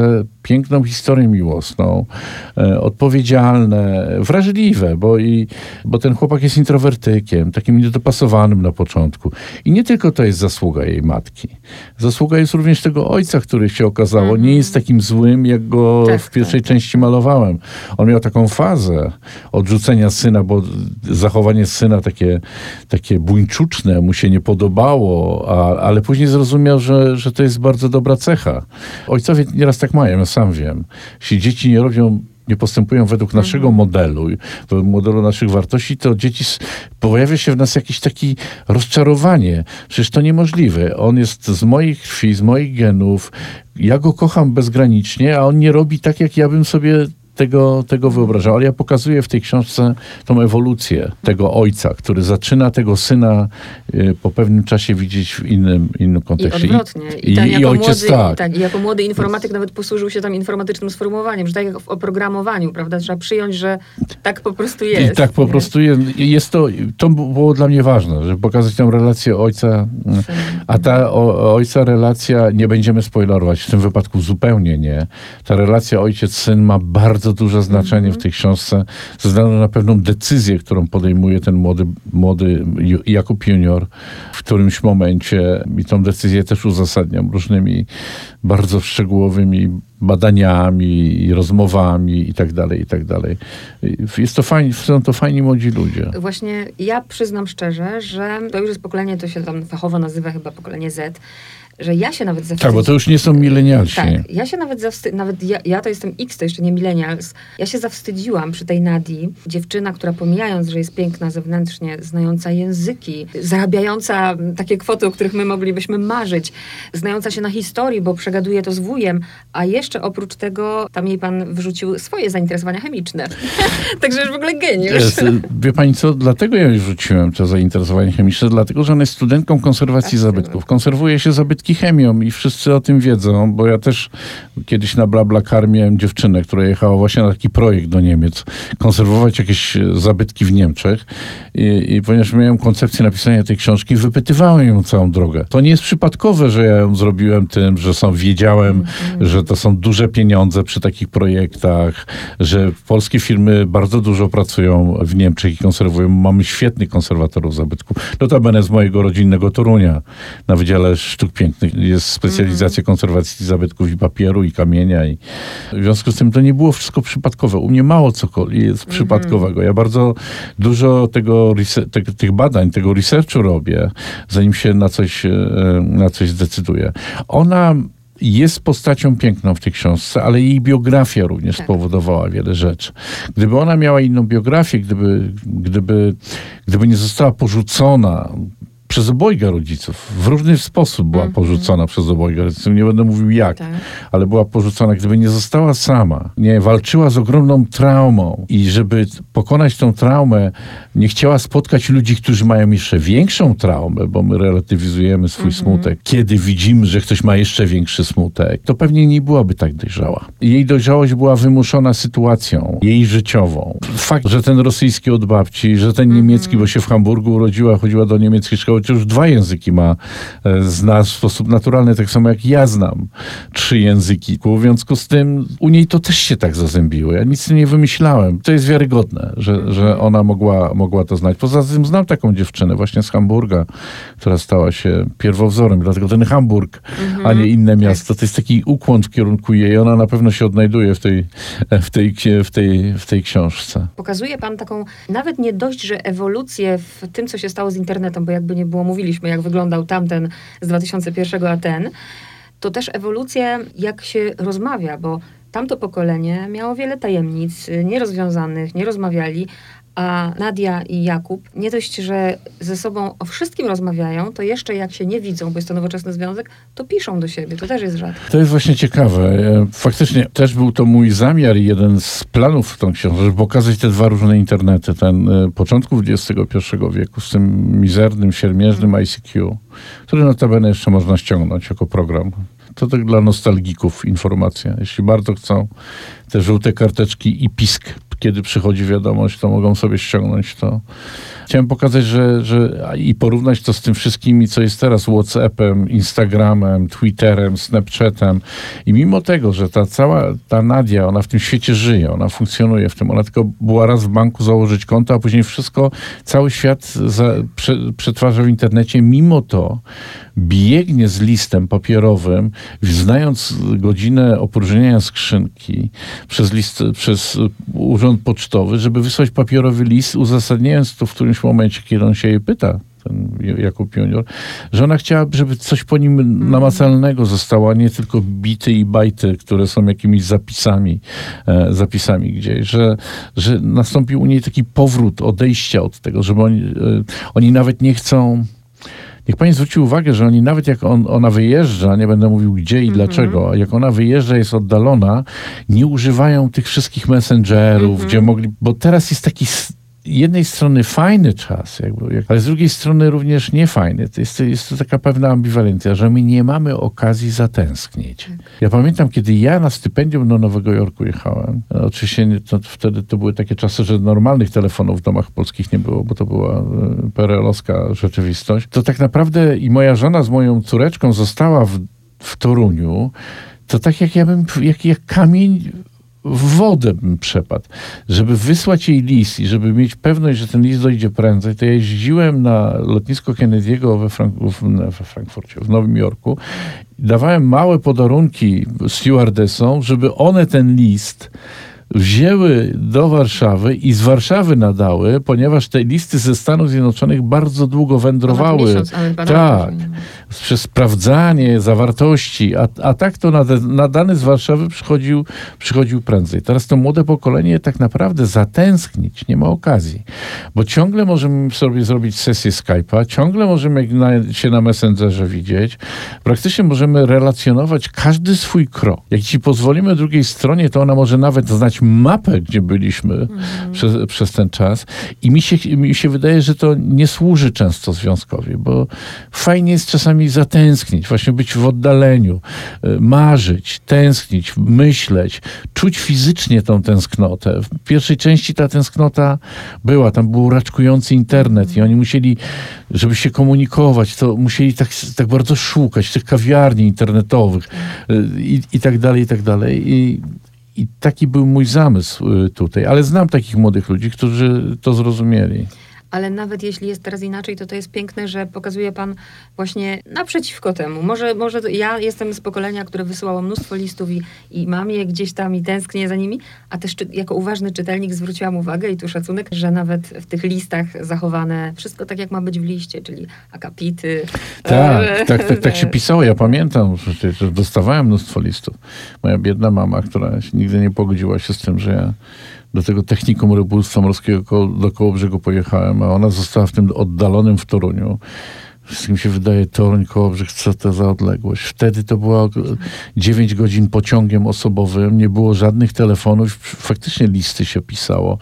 piękną historię miłosną, e, odpowiedzialne, wrażliwe, bo, i, bo ten chłopak jest introwertykiem, takim niedopasowanym na początku. I nie tylko to jest zasługa jej matki. Zasługa jest również tego ojca, który się okazało, nie jest takim złym, jak go Tak, w pierwszej tak, części malowałem. On miał taką fazę odrzucenia syna, bo zachowanie syna takie, takie buńczuczne mu się nie podobało, a, ale później zrozumiał, że, że to jest bardzo dobra cecha. Ojcowie nieraz tak mają, ja sam wiem. Jeśli dzieci nie robią nie postępują według naszego Mhm. modelu, według modelu naszych wartości, to dzieci, s- pojawia się w nas jakieś takie rozczarowanie. Przecież to niemożliwe. On jest z mojej krwi, z moich genów. Ja go kocham bezgranicznie, a on nie robi tak, jak ja bym sobie tego, tego wyobrażał. Ale ja pokazuję w tej książce tą ewolucję tego ojca, który zaczyna tego syna y, po pewnym czasie widzieć w innym, innym I kontekście. odwrotnie. I, I, tam i, jako i ojciec młody, tak. tak. I jako młody informatyk nawet posłużył się tam informatycznym sformułowaniem, że tak jak w oprogramowaniu, prawda? Trzeba przyjąć, że tak po prostu jest. I tak po nie? prostu jest, jest to, to było dla mnie ważne, żeby pokazać tę relację ojca, a ta o, ojca relacja, nie będziemy spoilerować, w tym wypadku zupełnie nie. Ta relacja ojciec-syn ma bardzo duże znaczenie mm-hmm. w tej książce, ze względu na pewną decyzję, którą podejmuje ten młody, młody Ju- Jakub Junior w którymś momencie i tą decyzję też uzasadniam różnymi bardzo szczegółowymi badaniami i rozmowami i tak dalej, i tak dalej. Jest to fajni, są to fajni młodzi ludzie. Właśnie ja przyznam szczerze, że to już jest pokolenie, to się tam fachowo nazywa chyba pokolenie Z, że ja się nawet zawstydziłam. Tak, bo to już nie są milenialsi. Tak, ja się nawet zawstydziłam, nawet ja, ja to jestem X, to jeszcze nie millennials. Ja się zawstydziłam przy tej Nadii. Dziewczyna, która pomijając, że jest piękna zewnętrznie, znająca języki, zarabiająca takie kwoty, o których my moglibyśmy marzyć, znająca się na historii, bo przegaduje to z wujem, a jeszcze oprócz tego tam jej pan wyrzucił swoje zainteresowania chemiczne. Także już w ogóle geniusz. Jest, wie pani co, dlatego ja już rzuciłem to zainteresowanie chemiczne, dlatego, że ona jest studentką konserwacji Tak, zabytków. Konserwuje się zabytki chemią i wszyscy o tym wiedzą, bo ja też kiedyś na BlaBlaCar miałem dziewczynę, która jechała właśnie na taki projekt do Niemiec, konserwować jakieś zabytki w Niemczech i, i ponieważ miałem koncepcję napisania tej książki, wypytywałem ją całą drogę. To nie jest przypadkowe, że ja ją zrobiłem tym, że są, wiedziałem, mm-hmm. że to są duże pieniądze przy takich projektach, że polskie firmy bardzo dużo pracują w Niemczech i konserwują. Mamy świetnych konserwatorów zabytków. Notabene z mojego rodzinnego Torunia na Wydziale Sztuk Pięknych jest specjalizacja mm. konserwacji zabytków i papieru, i kamienia. I w związku z tym to nie było wszystko przypadkowe. U mnie mało cokolwiek jest mm. przypadkowego. Ja bardzo dużo tego, te, tych badań, tego researchu robię, zanim się na coś, na coś zdecyduję. Ona jest postacią piękną w tej książce, ale jej biografia również tak. spowodowała wiele rzeczy. Gdyby ona miała inną biografię, gdyby, gdyby, gdyby nie została porzucona przez obojga rodziców, w różny sposób była mm-hmm. porzucona przez obojga rodziców, nie będę mówił jak, tak. ale była porzucona, gdyby nie została sama, nie walczyła z ogromną traumą i żeby pokonać tą traumę, nie chciała spotkać ludzi, którzy mają jeszcze większą traumę, bo my relatywizujemy swój mm-hmm. smutek, kiedy widzimy, że ktoś ma jeszcze większy smutek, to pewnie nie byłaby tak dojrzała. Jej dojrzałość była wymuszona sytuacją, jej życiową. Fakt, że ten rosyjski od babci, że ten mm-hmm. niemiecki, bo się w Hamburgu urodziła, chodziła do niemieckiej szkoły, już dwa języki ma, zna w sposób naturalny, tak samo jak ja znam trzy języki. W związku z tym u niej to też się tak zazębiło. Ja nic nie wymyślałem. To jest wiarygodne, że, że ona mogła, mogła to znać. Poza tym znam taką dziewczynę właśnie z Hamburga, która stała się pierwowzorem. Dlatego ten Hamburg, mhm. a nie inne miasto. To jest taki ukłon w kierunku jej. Ona na pewno się odnajduje w tej, w tej, w tej, w tej książce. Pokazuje pan taką, nawet nie dość, że ewolucję w tym, co się stało z internetem, bo jakby nie było, mówiliśmy, jak wyglądał tamten z dwa tysiące pierwszego, a ten, to też ewolucja, jak się rozmawia, bo tamto pokolenie miało wiele tajemnic nierozwiązanych, nie rozmawiali, a Nadia i Jakub nie dość, że ze sobą o wszystkim rozmawiają, to jeszcze jak się nie widzą, bo jest to nowoczesny związek, to piszą do siebie. To też jest rzadko. To jest właśnie ciekawe. Faktycznie też był to mój zamiar i jeden z planów w tą książkę, żeby pokazać te dwa różne internety. Ten początku dwudziestego pierwszego wieku z tym mizernym, siermiężnym I C Q, który notabene jeszcze można ściągnąć jako program. To tak dla nostalgików informacja. Jeśli bardzo chcą, te żółte karteczki i pisk kiedy przychodzi wiadomość, to mogą sobie ściągnąć to. Chciałem pokazać, że, że i porównać to z tym wszystkimi, co jest teraz WhatsAppem, Instagramem, Twitterem, Snapchatem. I mimo tego, że ta cała, ta Nadia, ona w tym świecie żyje, ona funkcjonuje w tym, ona tylko była raz w banku założyć konto, a później wszystko, cały świat za, prze, przetwarza w internecie. Mimo to biegnie z listem papierowym, znając godzinę opróżnienia skrzynki przez, list, przez urząd pocztowy, żeby wysłać papierowy list, uzasadniając to w którymś momencie, kiedy on się jej pyta, ten Jakub Junior, że ona chciała, żeby coś po nim namacalnego zostało, a nie tylko bity i bajty, które są jakimiś zapisami, e, zapisami gdzieś, że, że nastąpił u niej taki powrót, odejścia od tego, żeby oni, e, oni nawet nie chcą. Niech pani zwróci uwagę, że oni nawet jak on, ona wyjeżdża, nie będę mówił gdzie i mm-hmm. dlaczego, a jak ona wyjeżdża, jest oddalona, nie używają tych wszystkich messengerów, mm-hmm. gdzie mogli, bo teraz jest taki z jednej strony fajny czas, jakby, ale z drugiej strony również niefajny. To jest, jest to taka pewna ambiwalencja, że my nie mamy okazji zatęsknić. Ja pamiętam, kiedy ja na stypendium do Nowego Jorku jechałem, oczywiście nie, to, wtedy to były takie czasy, że normalnych telefonów w domach polskich nie było, bo to była P R L-owska rzeczywistość, to tak naprawdę i moja żona z moją córeczką została w, w Toruniu, to tak jak ja bym, jak, jak kamień w wodę bym przepadł. Żeby wysłać jej list i żeby mieć pewność, że ten list dojdzie prędzej, to ja jeździłem na lotnisko Kennedy'ego we, Frank we Frankfurcie, w Nowym Jorku. Dawałem małe podarunki stewardesom, żeby one ten list wzięły do Warszawy i z Warszawy nadały, ponieważ te listy ze Stanów Zjednoczonych bardzo długo wędrowały. Miesiąc, tak, przez sprawdzanie zawartości, a, a tak to nadany z Warszawy przychodził, przychodził prędzej. Teraz to młode pokolenie tak naprawdę zatęsknić nie ma okazji, bo ciągle możemy sobie zrobić sesję Skype'a, ciągle możemy na, się na Messengerze widzieć, praktycznie możemy relacjonować każdy swój krok. Jak ci pozwolimy drugiej stronie, to ona może nawet znać mapę, gdzie byliśmy mm. przez, przez ten czas i mi się, mi się wydaje, że to nie służy często związkowi, bo fajnie jest czasami zatęsknić, właśnie być w oddaleniu, marzyć, tęsknić, myśleć, czuć fizycznie tą tęsknotę. W pierwszej części ta tęsknota była, tam był raczkujący internet mm. i oni musieli, żeby się komunikować, to musieli tak, tak bardzo szukać tych kawiarni internetowych mm. i, i tak dalej, i tak dalej. I I taki był mój zamysł tutaj. Ale znam takich młodych ludzi, którzy to zrozumieli. Ale nawet jeśli jest teraz inaczej, to to jest piękne, że pokazuje pan właśnie naprzeciwko temu. Może, może ja jestem z pokolenia, które wysyłało mnóstwo listów i, i mam je gdzieś tam i tęsknię za nimi, a też czy, jako uważny czytelnik zwróciłam uwagę i tu szacunek, że nawet w tych listach zachowane wszystko tak, jak ma być w liście, czyli akapity. Tak, e, tak, tak, tak się pisało. Ja pamiętam, że, że dostawałem mnóstwo listów. Moja biedna mama, która nigdy nie pogodziła się z tym, że ja do tego technikum rybołówstwa morskiego ko do Kołobrzegu pojechałem, a ona została w tym oddalonym w Toruniu. Wszystkim się wydaje, Toruń, Kołobrzeg, co to za odległość. Wtedy to było dziewięć godzin pociągiem osobowym, nie było żadnych telefonów, faktycznie listy się pisało.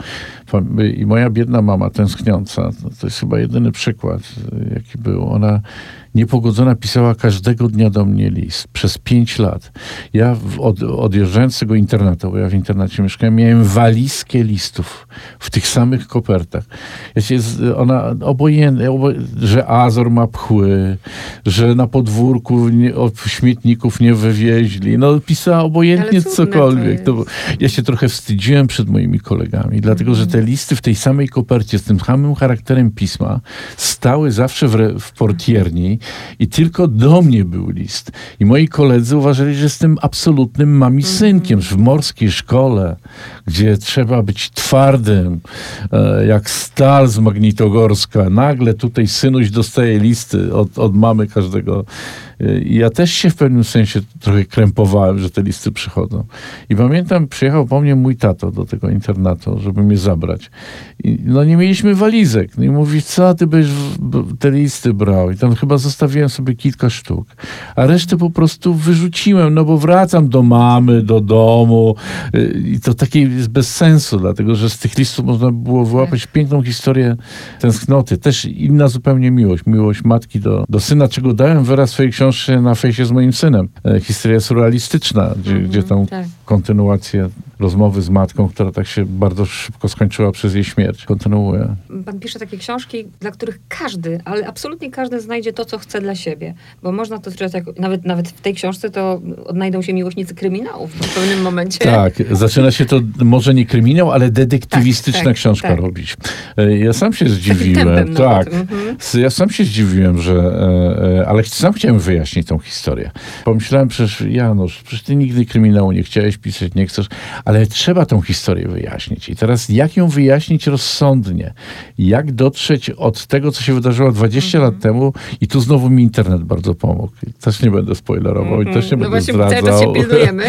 I moja biedna mama, tęskniąca, to jest chyba jedyny przykład, jaki był. Ona niepogodzona pisała każdego dnia do mnie list przez pięć lat. Ja od, odjeżdżając z tego internatu, bo ja w internacie mieszkałem, miałem walizkę listów w tych samych kopertach. Ja się, ona obojętnie, obo, że Azor ma pchły, że na podwórku nie, od śmietników nie wywieźli. No pisała obojętnie cokolwiek. To, ja się trochę wstydziłem przed moimi kolegami, dlatego, że te listy w tej samej kopercie z tym samym charakterem pisma stały zawsze w, w portierni i tylko do mnie był list. I moi koledzy uważali, że jestem absolutnym mami synkiem w morskiej szkole, gdzie trzeba być twardym, e, jak stal z Magnitogorska. Nagle tutaj synuś dostaje listy od, od mamy każdego. I ja też się w pewnym sensie trochę krępowałem, że te listy przychodzą. I pamiętam, przyjechał po mnie mój tato do tego internatu, żeby mnie zabrać. I no nie mieliśmy walizek. No i mówi, co ty byś te listy brał? I tam chyba zostawiłem sobie kilka sztuk. A resztę po prostu wyrzuciłem, no bo wracam do mamy, do domu. I to takie jest bez sensu, dlatego że z tych listów można było wyłapać piękną historię tęsknoty. Też inna zupełnie miłość. Miłość matki do, do syna, czego dałem wyraz swojej książki na fejsie z moim synem. E, historia surrealistyczna, gdzie, mm-hmm, gdzie tą tak. kontynuację rozmowy z matką, która tak się bardzo szybko skończyła przez jej śmierć. Kontynuuję. Pan pisze takie książki, dla których każdy, ale absolutnie każdy znajdzie to, co chce dla siebie. Bo można to czytać, jak, nawet, nawet w tej książce to odnajdą się miłośnicy kryminałów w pewnym momencie. Tak, zaczyna się to może nie kryminał, ale detektywistyczna tak, tak, książka tak. robić. Ja sam się zdziwiłem. tempem Tak, mhm. ja sam się zdziwiłem, że ale sam chciałem wyjaśnić tą historię. Pomyślałem przecież, Janusz, przecież ty nigdy kryminału nie chciałeś pisać, nie chcesz, ale trzeba tą historię wyjaśnić. I teraz jak ją wyjaśnić rozsądnie? Jak dotrzeć od tego, co się wydarzyło dwadzieścia mhm. lat temu i tu znowu mi internet bardzo pomógł. Też nie będę spoilerował mhm. i też nie no będę właśnie, zdradzał. cały czas się pilnujemy.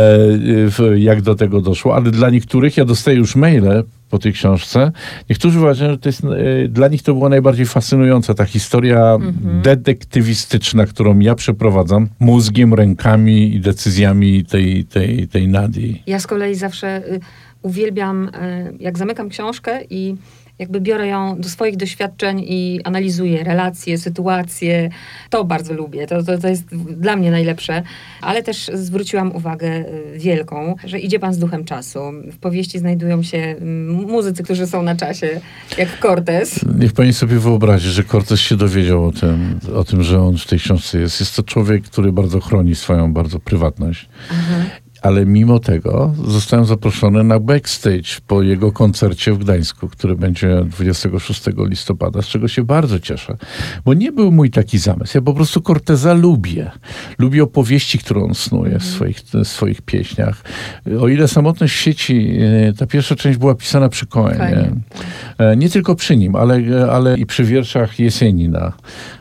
jak do tego doszło, ale dla niektórych, ja dostaję już maile po tej książce, niektórzy uważają, że to jest, dla nich to była najbardziej fascynująca ta historia mhm. detektywistyczna, którą ja przeprowadzam mózgiem, rękami i decyzjami tej, tej, tej Nadii. Ja z kolei zawsze y, uwielbiam, y, jak zamykam książkę i jakby biorę ją do swoich doświadczeń i analizuję relacje, sytuacje. To bardzo lubię. To, to, to jest dla mnie najlepsze. Ale też zwróciłam uwagę wielką, że idzie pan z duchem czasu. W powieści znajdują się muzycy, którzy są na czasie, jak Cortez. Niech pani sobie wyobrazi, że Cortez się dowiedział o tym, o tym, że on w tej książce jest. Jest to człowiek, który bardzo chroni swoją bardzo prywatność. Mhm. Ale mimo tego zostałem zaproszony na backstage po jego koncercie w Gdańsku, który będzie dwudziestego szóstego listopada, z czego się bardzo cieszę. Bo nie był mój taki zamysł. Ja po prostu Corteza lubię. Lubię opowieści, które on snuje w swoich, w swoich pieśniach. O ile Samotność w sieci, ta pierwsza część była pisana przy Coenie. Nie tylko przy nim, ale, ale i przy wierszach Jesienina,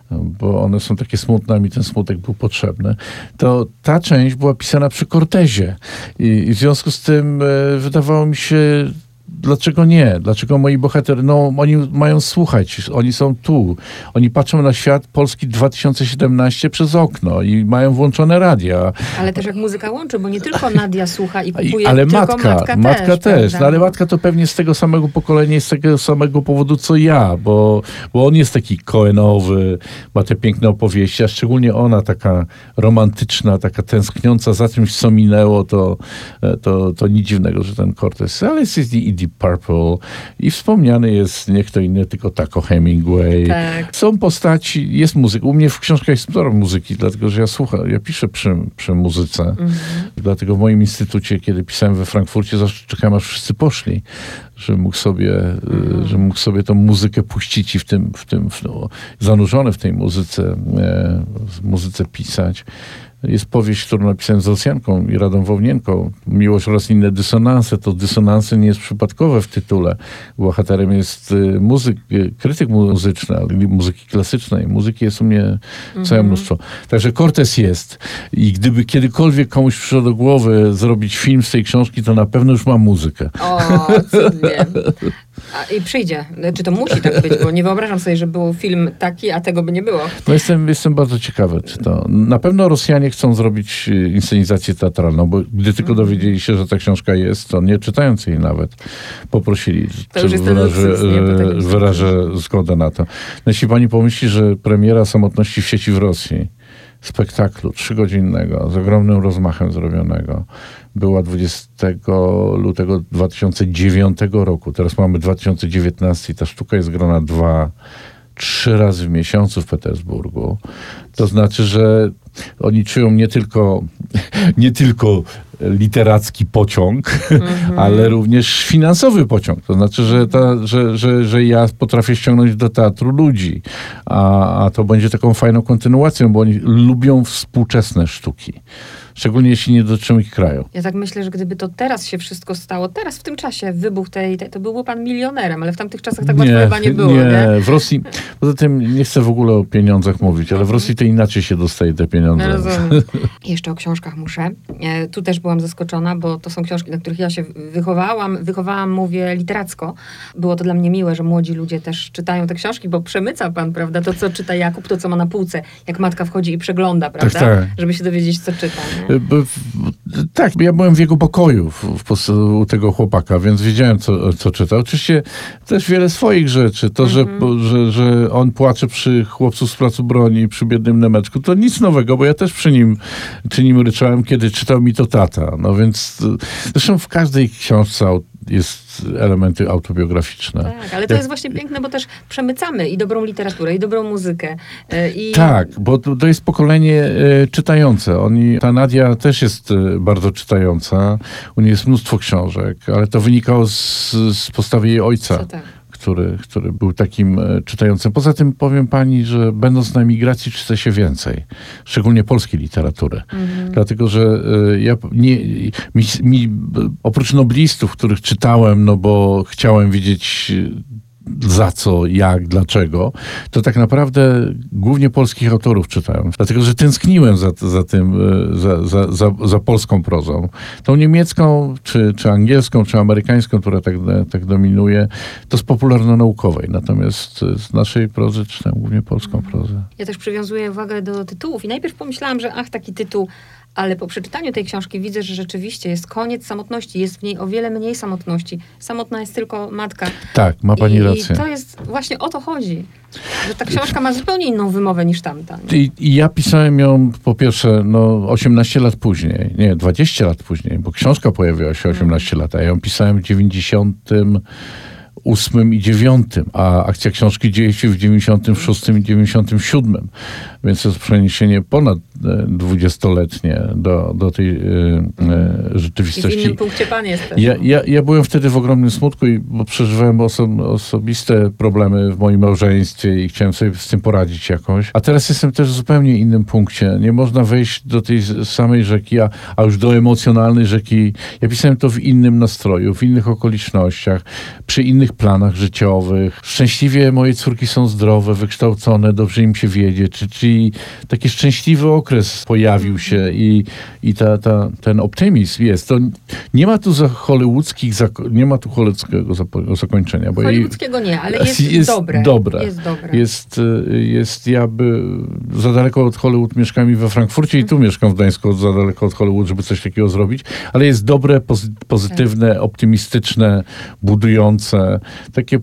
bo one są takie smutne, a mi ten smutek był potrzebny, to ta część była pisana przy Cortezie. I, i w związku z tym e, wydawało mi się, dlaczego nie? Dlaczego moi bohaterowie, no oni mają słuchać, oni są tu. Oni patrzą na świat Polski dwa tysiące siedemnaście przez okno i mają włączone radia. Ale też jak muzyka łączy, bo nie tylko Nadia słucha i kupuje, ale tylko matka, matka, matka też. też. No, ale matka to pewnie z tego samego pokolenia i z tego samego powodu, co ja, bo, bo on jest taki Coenowy, ma te piękne opowieści, a szczególnie ona taka romantyczna, taka tęskniąca za czymś, co minęło, to, to, to nic dziwnego, że ten Cortez, ale jest i Deep Purple i wspomniany jest nie kto inny, tylko Taco Hemingway. Tak. Są postaci, jest muzyka. U mnie w książkach jest sporo muzyki, dlatego że ja słucham, ja piszę przy, przy muzyce. Mhm. Dlatego w moim instytucie, kiedy pisałem we Frankfurcie, zawsze czekałem, aż wszyscy poszli, że mógł sobie, mhm. że mógł sobie tą muzykę puścić i w tym, w tym w, no, zanurzony w tej muzyce, e, w muzyce pisać. Jest powieść, którą napisałem z Rosjanką i Radą Wownienką. Miłość oraz inne dysonanse. To dysonanse nie jest przypadkowe w tytule. Bohaterem jest muzyk, krytyk muzyczny, muzyki klasycznej. Muzyki jest u mnie całe mnóstwo. Także Cortez jest. I gdyby kiedykolwiek komuś przyszło do głowy zrobić film z tej książki, to na pewno już ma muzykę. O, cudnie. A, I przyjdzie. Czy to musi tak być? Bo nie wyobrażam sobie, że był film taki, a tego by nie było. No jestem, jestem bardzo ciekawy, czy to... Na pewno Rosjanie chcą zrobić inscenizację teatralną, bo gdy tylko dowiedzieli się, że ta książka jest, to nie czytając jej nawet, poprosili, to czy wyrażę, luksus, wyrażę zgodę na to. No, jeśli pani pomyśli, że premiera Samotności w sieci w Rosji, spektaklu trzygodzinnego, z ogromnym rozmachem zrobionego, była dwudziestego lutego dwa tysiące dziewiątego roku. Teraz mamy dwa tysiące dziewiętnasty i ta sztuka jest grana dwa, trzy razy w miesiącu w Petersburgu. To znaczy, że oni czują nie tylko, nie tylko literacki pociąg, mm-hmm. ale również finansowy pociąg. To znaczy, że, ta, że, że, że ja potrafię ściągnąć do teatru ludzi, a, a to będzie taką fajną kontynuacją, bo oni lubią współczesne sztuki. Szczególnie jeśli nie dotyczą ich kraju. Ja tak myślę, że gdyby to teraz się wszystko stało, teraz w tym czasie wybuch tej, tej to byłby pan milionerem, ale w tamtych czasach tak łatwo chyba nie było, nie? Nie, w Rosji, poza tym nie chcę w ogóle o pieniądzach mówić, ale w Rosji to inaczej się dostaje te pieniądze. No, rozumiem. Jeszcze o książkach muszę. E, tu też byłam zaskoczona, bo to są książki, na których ja się wychowałam, wychowałam, mówię, literacko. Było to dla mnie miłe, że młodzi ludzie też czytają te książki, bo przemyca pan, prawda, to co czyta Jakub, to co ma na półce, jak matka wchodzi i przegląda, prawda, tak, tak. żeby się dowiedzieć, co czyta. B- Tak, ja byłem w jego pokoju w, w, pos- u tego chłopaka, więc wiedziałem, co, co czyta. Oczywiście też wiele swoich rzeczy. To, że, bo- że, że on płacze przy chłopcu z placu broni, przy biednym Nemeczku, to nic nowego, bo ja też przy nim, przy nim ryczałem, kiedy czytał mi to tata. No więc zresztą w każdej książce au- jest elementy autobiograficzne. Tak, ale to Jak- jest właśnie piękne, bo też przemycamy i dobrą literaturę, i dobrą muzykę. e, I Tak, bo to, to jest pokolenie e, czytające. Oni, ta Nadia też jest e, bardzo czytająca. U niej jest mnóstwo książek, ale to wynikało z, z postawy jej ojca, Co tak. który, który był takim e, czytającym. Poza tym powiem pani, że będąc na emigracji czyta się więcej. Szczególnie polskiej literatury. Dlatego, że e, ja nie, mi, mi, oprócz noblistów, których czytałem, no bo chciałem wiedzieć za co, jak, dlaczego, to tak naprawdę głównie polskich autorów czytałem. Dlatego, że tęskniłem za, za tym, e, za, za, za, za polską prozą. Tą niemiecką, czy, czy angielską, czy amerykańską, która tak, tak dominuje, to z popularno-naukowej. Natomiast z naszej prozy czytałem głównie polską prozę. Ja też przywiązuję uwagę do tytułów i najpierw pomyślałam, że ach, taki tytuł, ale po przeczytaniu tej książki widzę, że rzeczywiście jest koniec samotności, jest w niej o wiele mniej samotności. Samotna jest tylko matka. Tak, ma pani I, rację. I to jest, właśnie o to chodzi, że ta książka ma zupełnie inną wymowę niż tamta. Nie? I, I ja pisałem ją po pierwsze no, osiemnaście lat później, nie, dwadzieścia lat później, bo książka pojawiła się osiemnaście lat, a ja ją pisałem w dziewięćdziesiątym ósmym i dziewiątym, a akcja książki dzieje się w dziewięćdziesiątym szóstym i dziewięćdziesiątym siódmym, więc to jest przeniesienie ponad e, dwudziestoletnie do, do tej e, e, I w rzeczywistości. innym punkcie pan jest też. Ja, ja, ja byłem wtedy w ogromnym smutku, i, bo przeżywałem oso- osobiste problemy w moim małżeństwie i chciałem sobie z tym poradzić jakoś. A teraz jestem też w zupełnie innym punkcie. Nie można wejść do tej z- samej rzeki, a, a już do emocjonalnej rzeki. Ja pisałem to w innym nastroju, w innych okolicznościach, przy innych planach życiowych. Szczęśliwie moje córki są zdrowe, wykształcone, dobrze im się wiedzie. Czy, czyli taki szczęśliwy okres pojawił się i, i ta, ta, ten optymizm jest. To nie ma tu za hollywoodzkich, zako- nie ma tu hollywoodzkiego zapo- zakończenia. Bo jej- Hollywoodzkiego nie, ale jest, dobre. dobre. Jest dobre. Jest, y, jest ja by za daleko od Hollywood mieszkam i we Frankfurcie i tu mieszkam w Gdańsku, za daleko od Hollywood, żeby coś takiego zrobić, ale jest dobre, pozy- pozytywne, optymistyczne, budujące, takie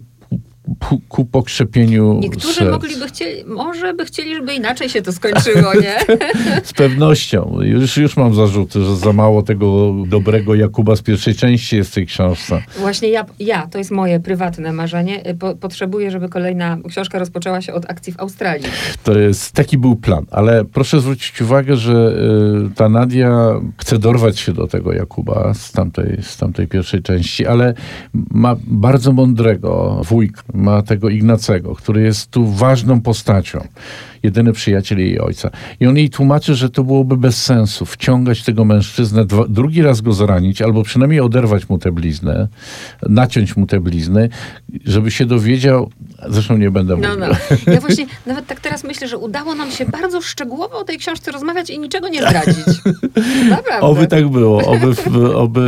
ku, ku pokrzepieniu Niektórzy serc. mogliby chcieli, może by chcieli, żeby inaczej się to skończyło, nie? Z pewnością. Już, już mam zarzuty, że za mało tego dobrego Jakuba z pierwszej części jest w tej książce. Właśnie ja, ja, to jest moje prywatne marzenie, po, potrzebuję, żeby kolejna książka rozpoczęła się od akcji w Australii. To jest, taki był plan, ale proszę zwrócić uwagę, że y, ta Nadia chce dorwać się do tego Jakuba z tamtej, z tamtej pierwszej części, ale ma bardzo mądrego wujka, ma tego Ignacego, który jest tu ważną postacią. Jedyny przyjaciel jej ojca. I on jej tłumaczy, że to byłoby bez sensu wciągać tego mężczyznę, dwa, drugi raz go zranić, albo przynajmniej oderwać mu tę bliznę, naciąć mu tę bliznę, żeby się dowiedział, zresztą nie będę No, mówił. no. Ja właśnie nawet tak teraz myślę, że udało nam się bardzo szczegółowo o tej książce rozmawiać i niczego nie zdradzić. Naprawdę. Oby tak było. Oby, oby,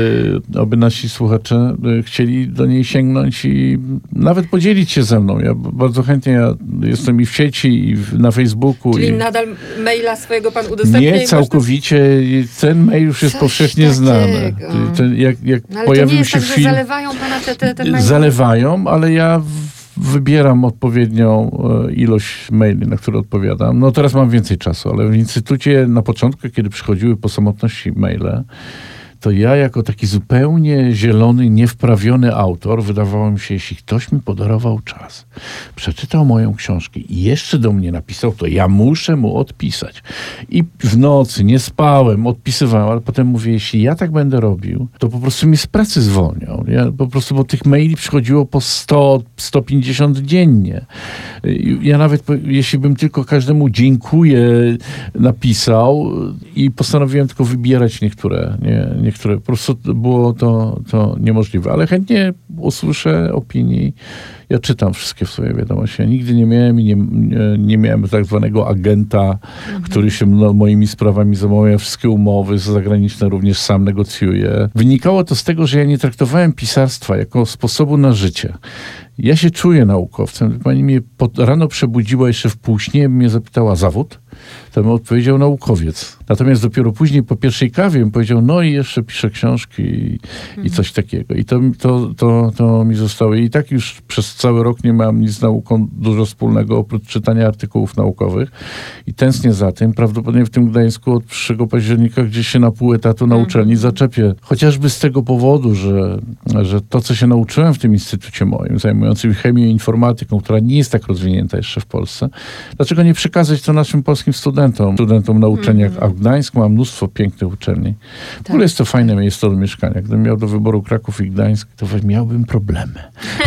y, oby nasi słuchacze y, chcieli do niej sięgnąć i nawet podzielić się ze mną. Ja b- bardzo chętnie, ja jestem i w sieci, i w, na Facebooku. Czyli i nadal maila swojego pan udostępnia? i nie można- całkowicie. Ten mail już jest Coś powszechnie znany. takiego. Ten, jak jak No, ale to pojawił nie jest się tak, że film, zalewają pana te, te, te maile? zalewają, ale ja w, wybieram odpowiednią e, ilość maili, na które odpowiadam. No teraz mam więcej czasu, ale w instytucie na początku, kiedy przychodziły po samotności maile, to ja jako taki zupełnie zielony, niewprawiony autor, wydawało mi się, jeśli ktoś mi podarował czas, przeczytał moją książkę i jeszcze do mnie napisał, to ja muszę mu odpisać. I w nocy nie spałem, odpisywałem, ale potem mówię, jeśli ja tak będę robił, to po prostu mnie z pracy zwolnią. Ja po prostu, bo tych maili przychodziło po sto, sto pięćdziesiąt dziennie. Ja nawet, jeśli bym tylko każdemu dziękuję napisał i postanowiłem tylko wybierać niektóre, nie, niektóre. Po prostu było to, to niemożliwe. Ale chętnie usłyszę opinii. Ja czytam wszystkie w swojej wiadomości. Ja nigdy nie miałem i nie, nie, nie miałem tak zwanego agenta, mhm. który się no, moimi sprawami zajmuje. Wszystkie umowy zagraniczne również sam negocjuję. Wynikało to z tego, że ja nie traktowałem pisarstwa jako sposobu na życie. Ja się czuję naukowcem. Pani mnie pod, rano przebudziła jeszcze w półśnie, mnie zapytała zawód. to mi odpowiedział naukowiec. Natomiast dopiero później po pierwszej kawie mi powiedział, no i jeszcze piszę książki i, i coś takiego. I to, to, to, to mi zostało. I tak już przez cały rok nie miałem nic z nauką dużo wspólnego, oprócz czytania artykułów naukowych. I tęsknię za tym. Prawdopodobnie w tym Gdańsku od przyszłego października gdzieś się na pół etatu na uczelni zaczepię. Chociażby z tego powodu, że, że to, co się nauczyłem w tym instytucie moim, zajmującym chemią i informatyką, która nie jest tak rozwinięta jeszcze w Polsce, dlaczego nie przekazać to naszym polskim studentom, studentom na uczelniach, mm-hmm. a w Gdańsku mam mnóstwo pięknych uczelni. W tak. ogóle jest to fajne miejsce do mieszkania. Gdybym miał do wyboru Kraków i Gdańsk, to miałbym problemy.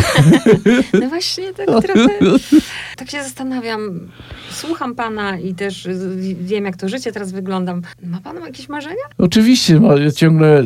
No właśnie, tak trochę, tak się zastanawiam. Słucham pana i też wiem, jak to życie teraz wygląda. Ma pan jakieś marzenia? Oczywiście, no, ja ciągle...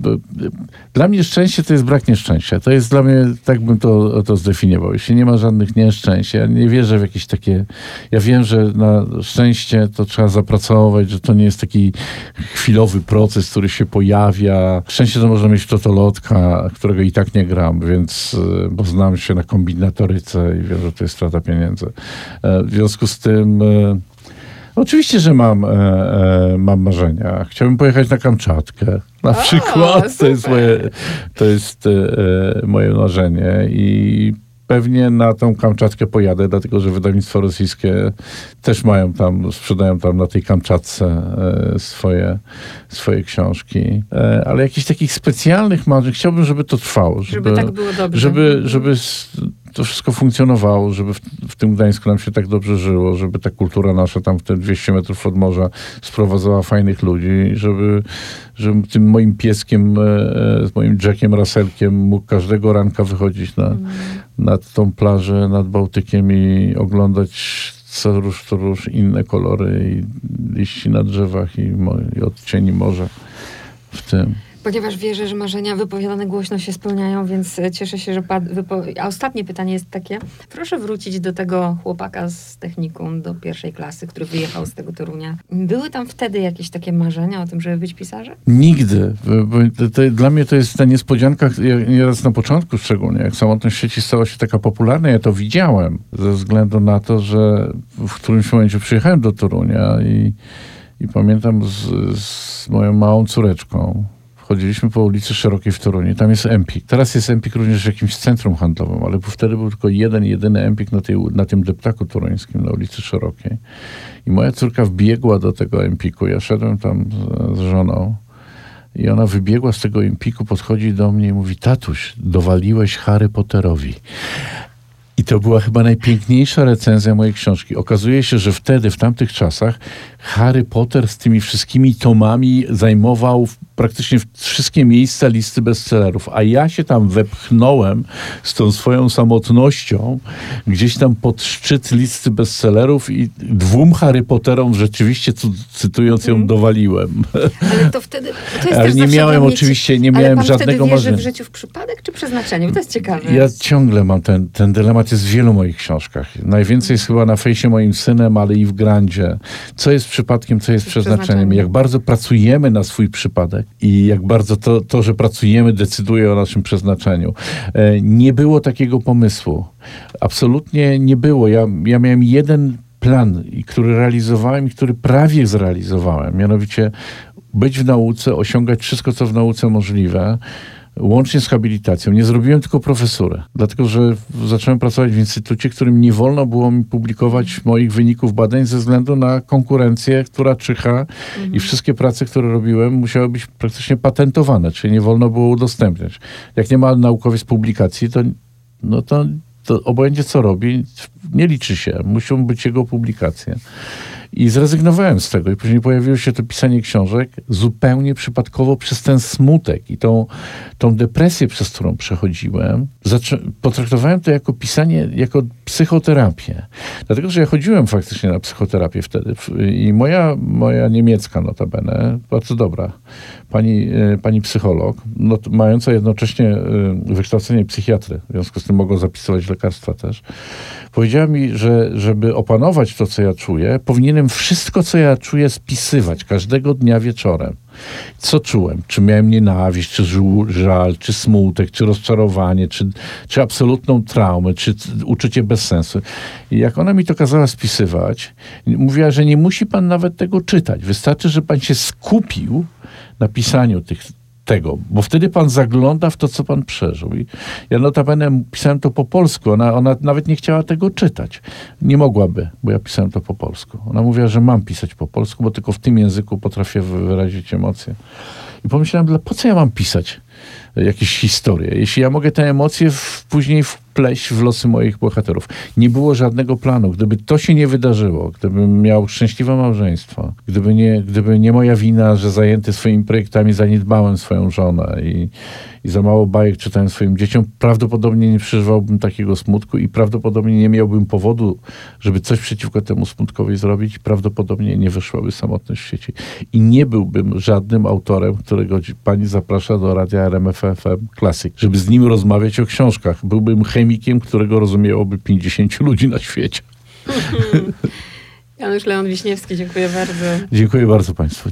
Dla mnie szczęście to jest brak nieszczęścia. To jest dla mnie, tak bym to, to zdefiniował. Jeśli nie ma żadnych nieszczęść, ja nie wierzę w jakieś takie... Ja wiem, że na szczęście to trzeba zapracować, że to nie jest taki chwilowy proces, który się pojawia. Szczęście to można mieć w totolotka, którego i tak nie gram, więc, bo znam się na kombinatoryce i wiem, że to jest strata pieniędzy. W związku z tym oczywiście, że mam, e, e, mam marzenia. Chciałbym pojechać na Kamczatkę. Na o, przykład. To jest moje, to jest e, moje marzenie i pewnie na tą Kamczatkę pojadę, dlatego że wydawnictwo rosyjskie też mają tam, sprzedają tam na tej Kamczatce e, swoje, swoje książki. E, ale jakichś takich specjalnych marzeń. Chciałbym, żeby to trwało. Żeby, żeby tak było dobrze. Żeby, żeby to wszystko funkcjonowało, żeby w, w tym Gdańsku nam się tak dobrze żyło, żeby ta kultura nasza tam w te dwieście metrów od morza sprowadzała fajnych ludzi, żeby, żeby tym moim pieskiem, e, z moim Jackiem Russellkiem mógł każdego ranka wychodzić na, mm. nad tą plażę, nad Bałtykiem i oglądać co róż to róż inne kolory i liści na drzewach i, mo- i odcieni morza w tym. Ponieważ wierzę, że marzenia wypowiadane głośno się spełniają, więc cieszę się, że pad... Wypo... A ostatnie pytanie jest takie. Proszę wrócić do tego chłopaka z technikum do pierwszej klasy, który wyjechał z tego Torunia. Były tam wtedy jakieś takie marzenia o tym, żeby być pisarzem? Nigdy. To, to, dla mnie to jest ta niespodzianka, nieraz na początku szczególnie, jak Samotność sieci stała się taka popularna, ja to widziałem ze względu na to, że w którymś momencie przyjechałem do Torunia i, i pamiętam z, z moją małą córeczką, chodziliśmy po ulicy Szerokiej w Toruniu. Tam jest Empik. Teraz jest Empik również w jakimś centrum handlowym, ale wtedy był tylko jeden, jedyny Empik na, tej, na tym deptaku toruńskim, na ulicy Szerokiej. I moja córka wbiegła do tego Empiku. Ja szedłem tam z, z żoną i ona wybiegła z tego Empiku, podchodzi do mnie i mówi: tatuś, dowaliłeś Harry Potterowi. I to była chyba najpiękniejsza recenzja mojej książki. Okazuje się, że wtedy, w tamtych czasach, Harry Potter z tymi wszystkimi tomami zajmował praktycznie wszystkie miejsca listy bestsellerów, a ja się tam wepchnąłem z tą swoją samotnością gdzieś tam pod szczyt listy bestsellerów i dwóm Harry Potterom rzeczywiście, cytując ją, dowaliłem. Ale to wtedy... To jest ale nie miałem mieć, oczywiście, nie ale miałem pan żadnego wtedy wierzy marzenia. w życiu w przypadek czy przeznaczeniu? To jest ciekawe. Ja ciągle mam ten, ten dylemat, jest w wielu moich książkach. Najwięcej jest chyba na fejsie moim synem, ale i w Grandzie. Co jest przypadkiem, co jest przeznaczeniem. przeznaczeniem. Jak bardzo pracujemy na swój przypadek i jak bardzo to, to, że pracujemy, decyduje o naszym przeznaczeniu. E, nie było takiego pomysłu. Absolutnie nie było. Ja, ja miałem jeden plan, który realizowałem i który prawie zrealizowałem. Mianowicie być w nauce, osiągać wszystko, co w nauce możliwe, łącznie z habilitacją. Nie zrobiłem tylko profesury, dlatego że zacząłem pracować w instytucie, którym nie wolno było mi publikować moich wyników badań ze względu na konkurencję, która czyha mhm. i wszystkie prace, które robiłem, musiały być praktycznie patentowane, czyli nie wolno było udostępniać. Jak nie ma naukowiec publikacji, to, no to, to obojętnie co robi, nie liczy się. Muszą być jego publikacje. I zrezygnowałem z tego. I później pojawiło się to pisanie książek zupełnie przypadkowo przez ten smutek i tą, tą depresję, przez którą przechodziłem. Zaczę- potraktowałem to jako pisanie, jako psychoterapię. Dlatego, że ja chodziłem faktycznie na psychoterapię wtedy. I moja, moja niemiecka notabene, bardzo dobra, pani, pani psycholog, no, mająca jednocześnie wykształcenie psychiatry, w związku z tym mogą zapisywać lekarstwa też, powiedziała mi, że żeby opanować to, co ja czuję, powinienem powinienem wszystko, co ja czuję, spisywać każdego dnia wieczorem. Co czułem? Czy miałem nienawiść, czy żu- żal, czy smutek, czy rozczarowanie, czy, czy absolutną traumę, czy c- uczucie bezsensu. I jak ona mi to kazała spisywać, mówiła, że nie musi pan nawet tego czytać. Wystarczy, że pan się skupił na pisaniu tych tego, bo wtedy pan zagląda w to, co pan przeżył. I ja notabene pisałem to po polsku, ona, ona nawet nie chciała tego czytać. Nie mogłaby, bo ja pisałem to po polsku. Ona mówiła, że mam pisać po polsku, bo tylko w tym języku potrafię wyrazić emocje. I pomyślałem, dla po co ja mam pisać jakieś historie, jeśli ja mogę te emocje w, później wpleść w losy moich bohaterów. Nie było żadnego planu. Gdyby to się nie wydarzyło, gdybym miał szczęśliwe małżeństwo, gdyby nie, gdyby nie moja wina, że zajęty swoimi projektami zaniedbałem swoją żonę i, i za mało bajek czytałem swoim dzieciom, prawdopodobnie nie przeżywałbym takiego smutku i prawdopodobnie nie miałbym powodu, żeby coś przeciwko temu smutkowi zrobić i prawdopodobnie nie wyszłaby samotność w sieci. I nie byłbym żadnym autorem, którego pani zaprasza do radia R M F F M Classic, żeby z nim rozmawiać o książkach. Byłbym chemikiem, którego rozumiałoby pięćdziesięciu ludzi na świecie. Janusz Leon Wiśniewski, dziękuję bardzo. Dziękuję bardzo państwu.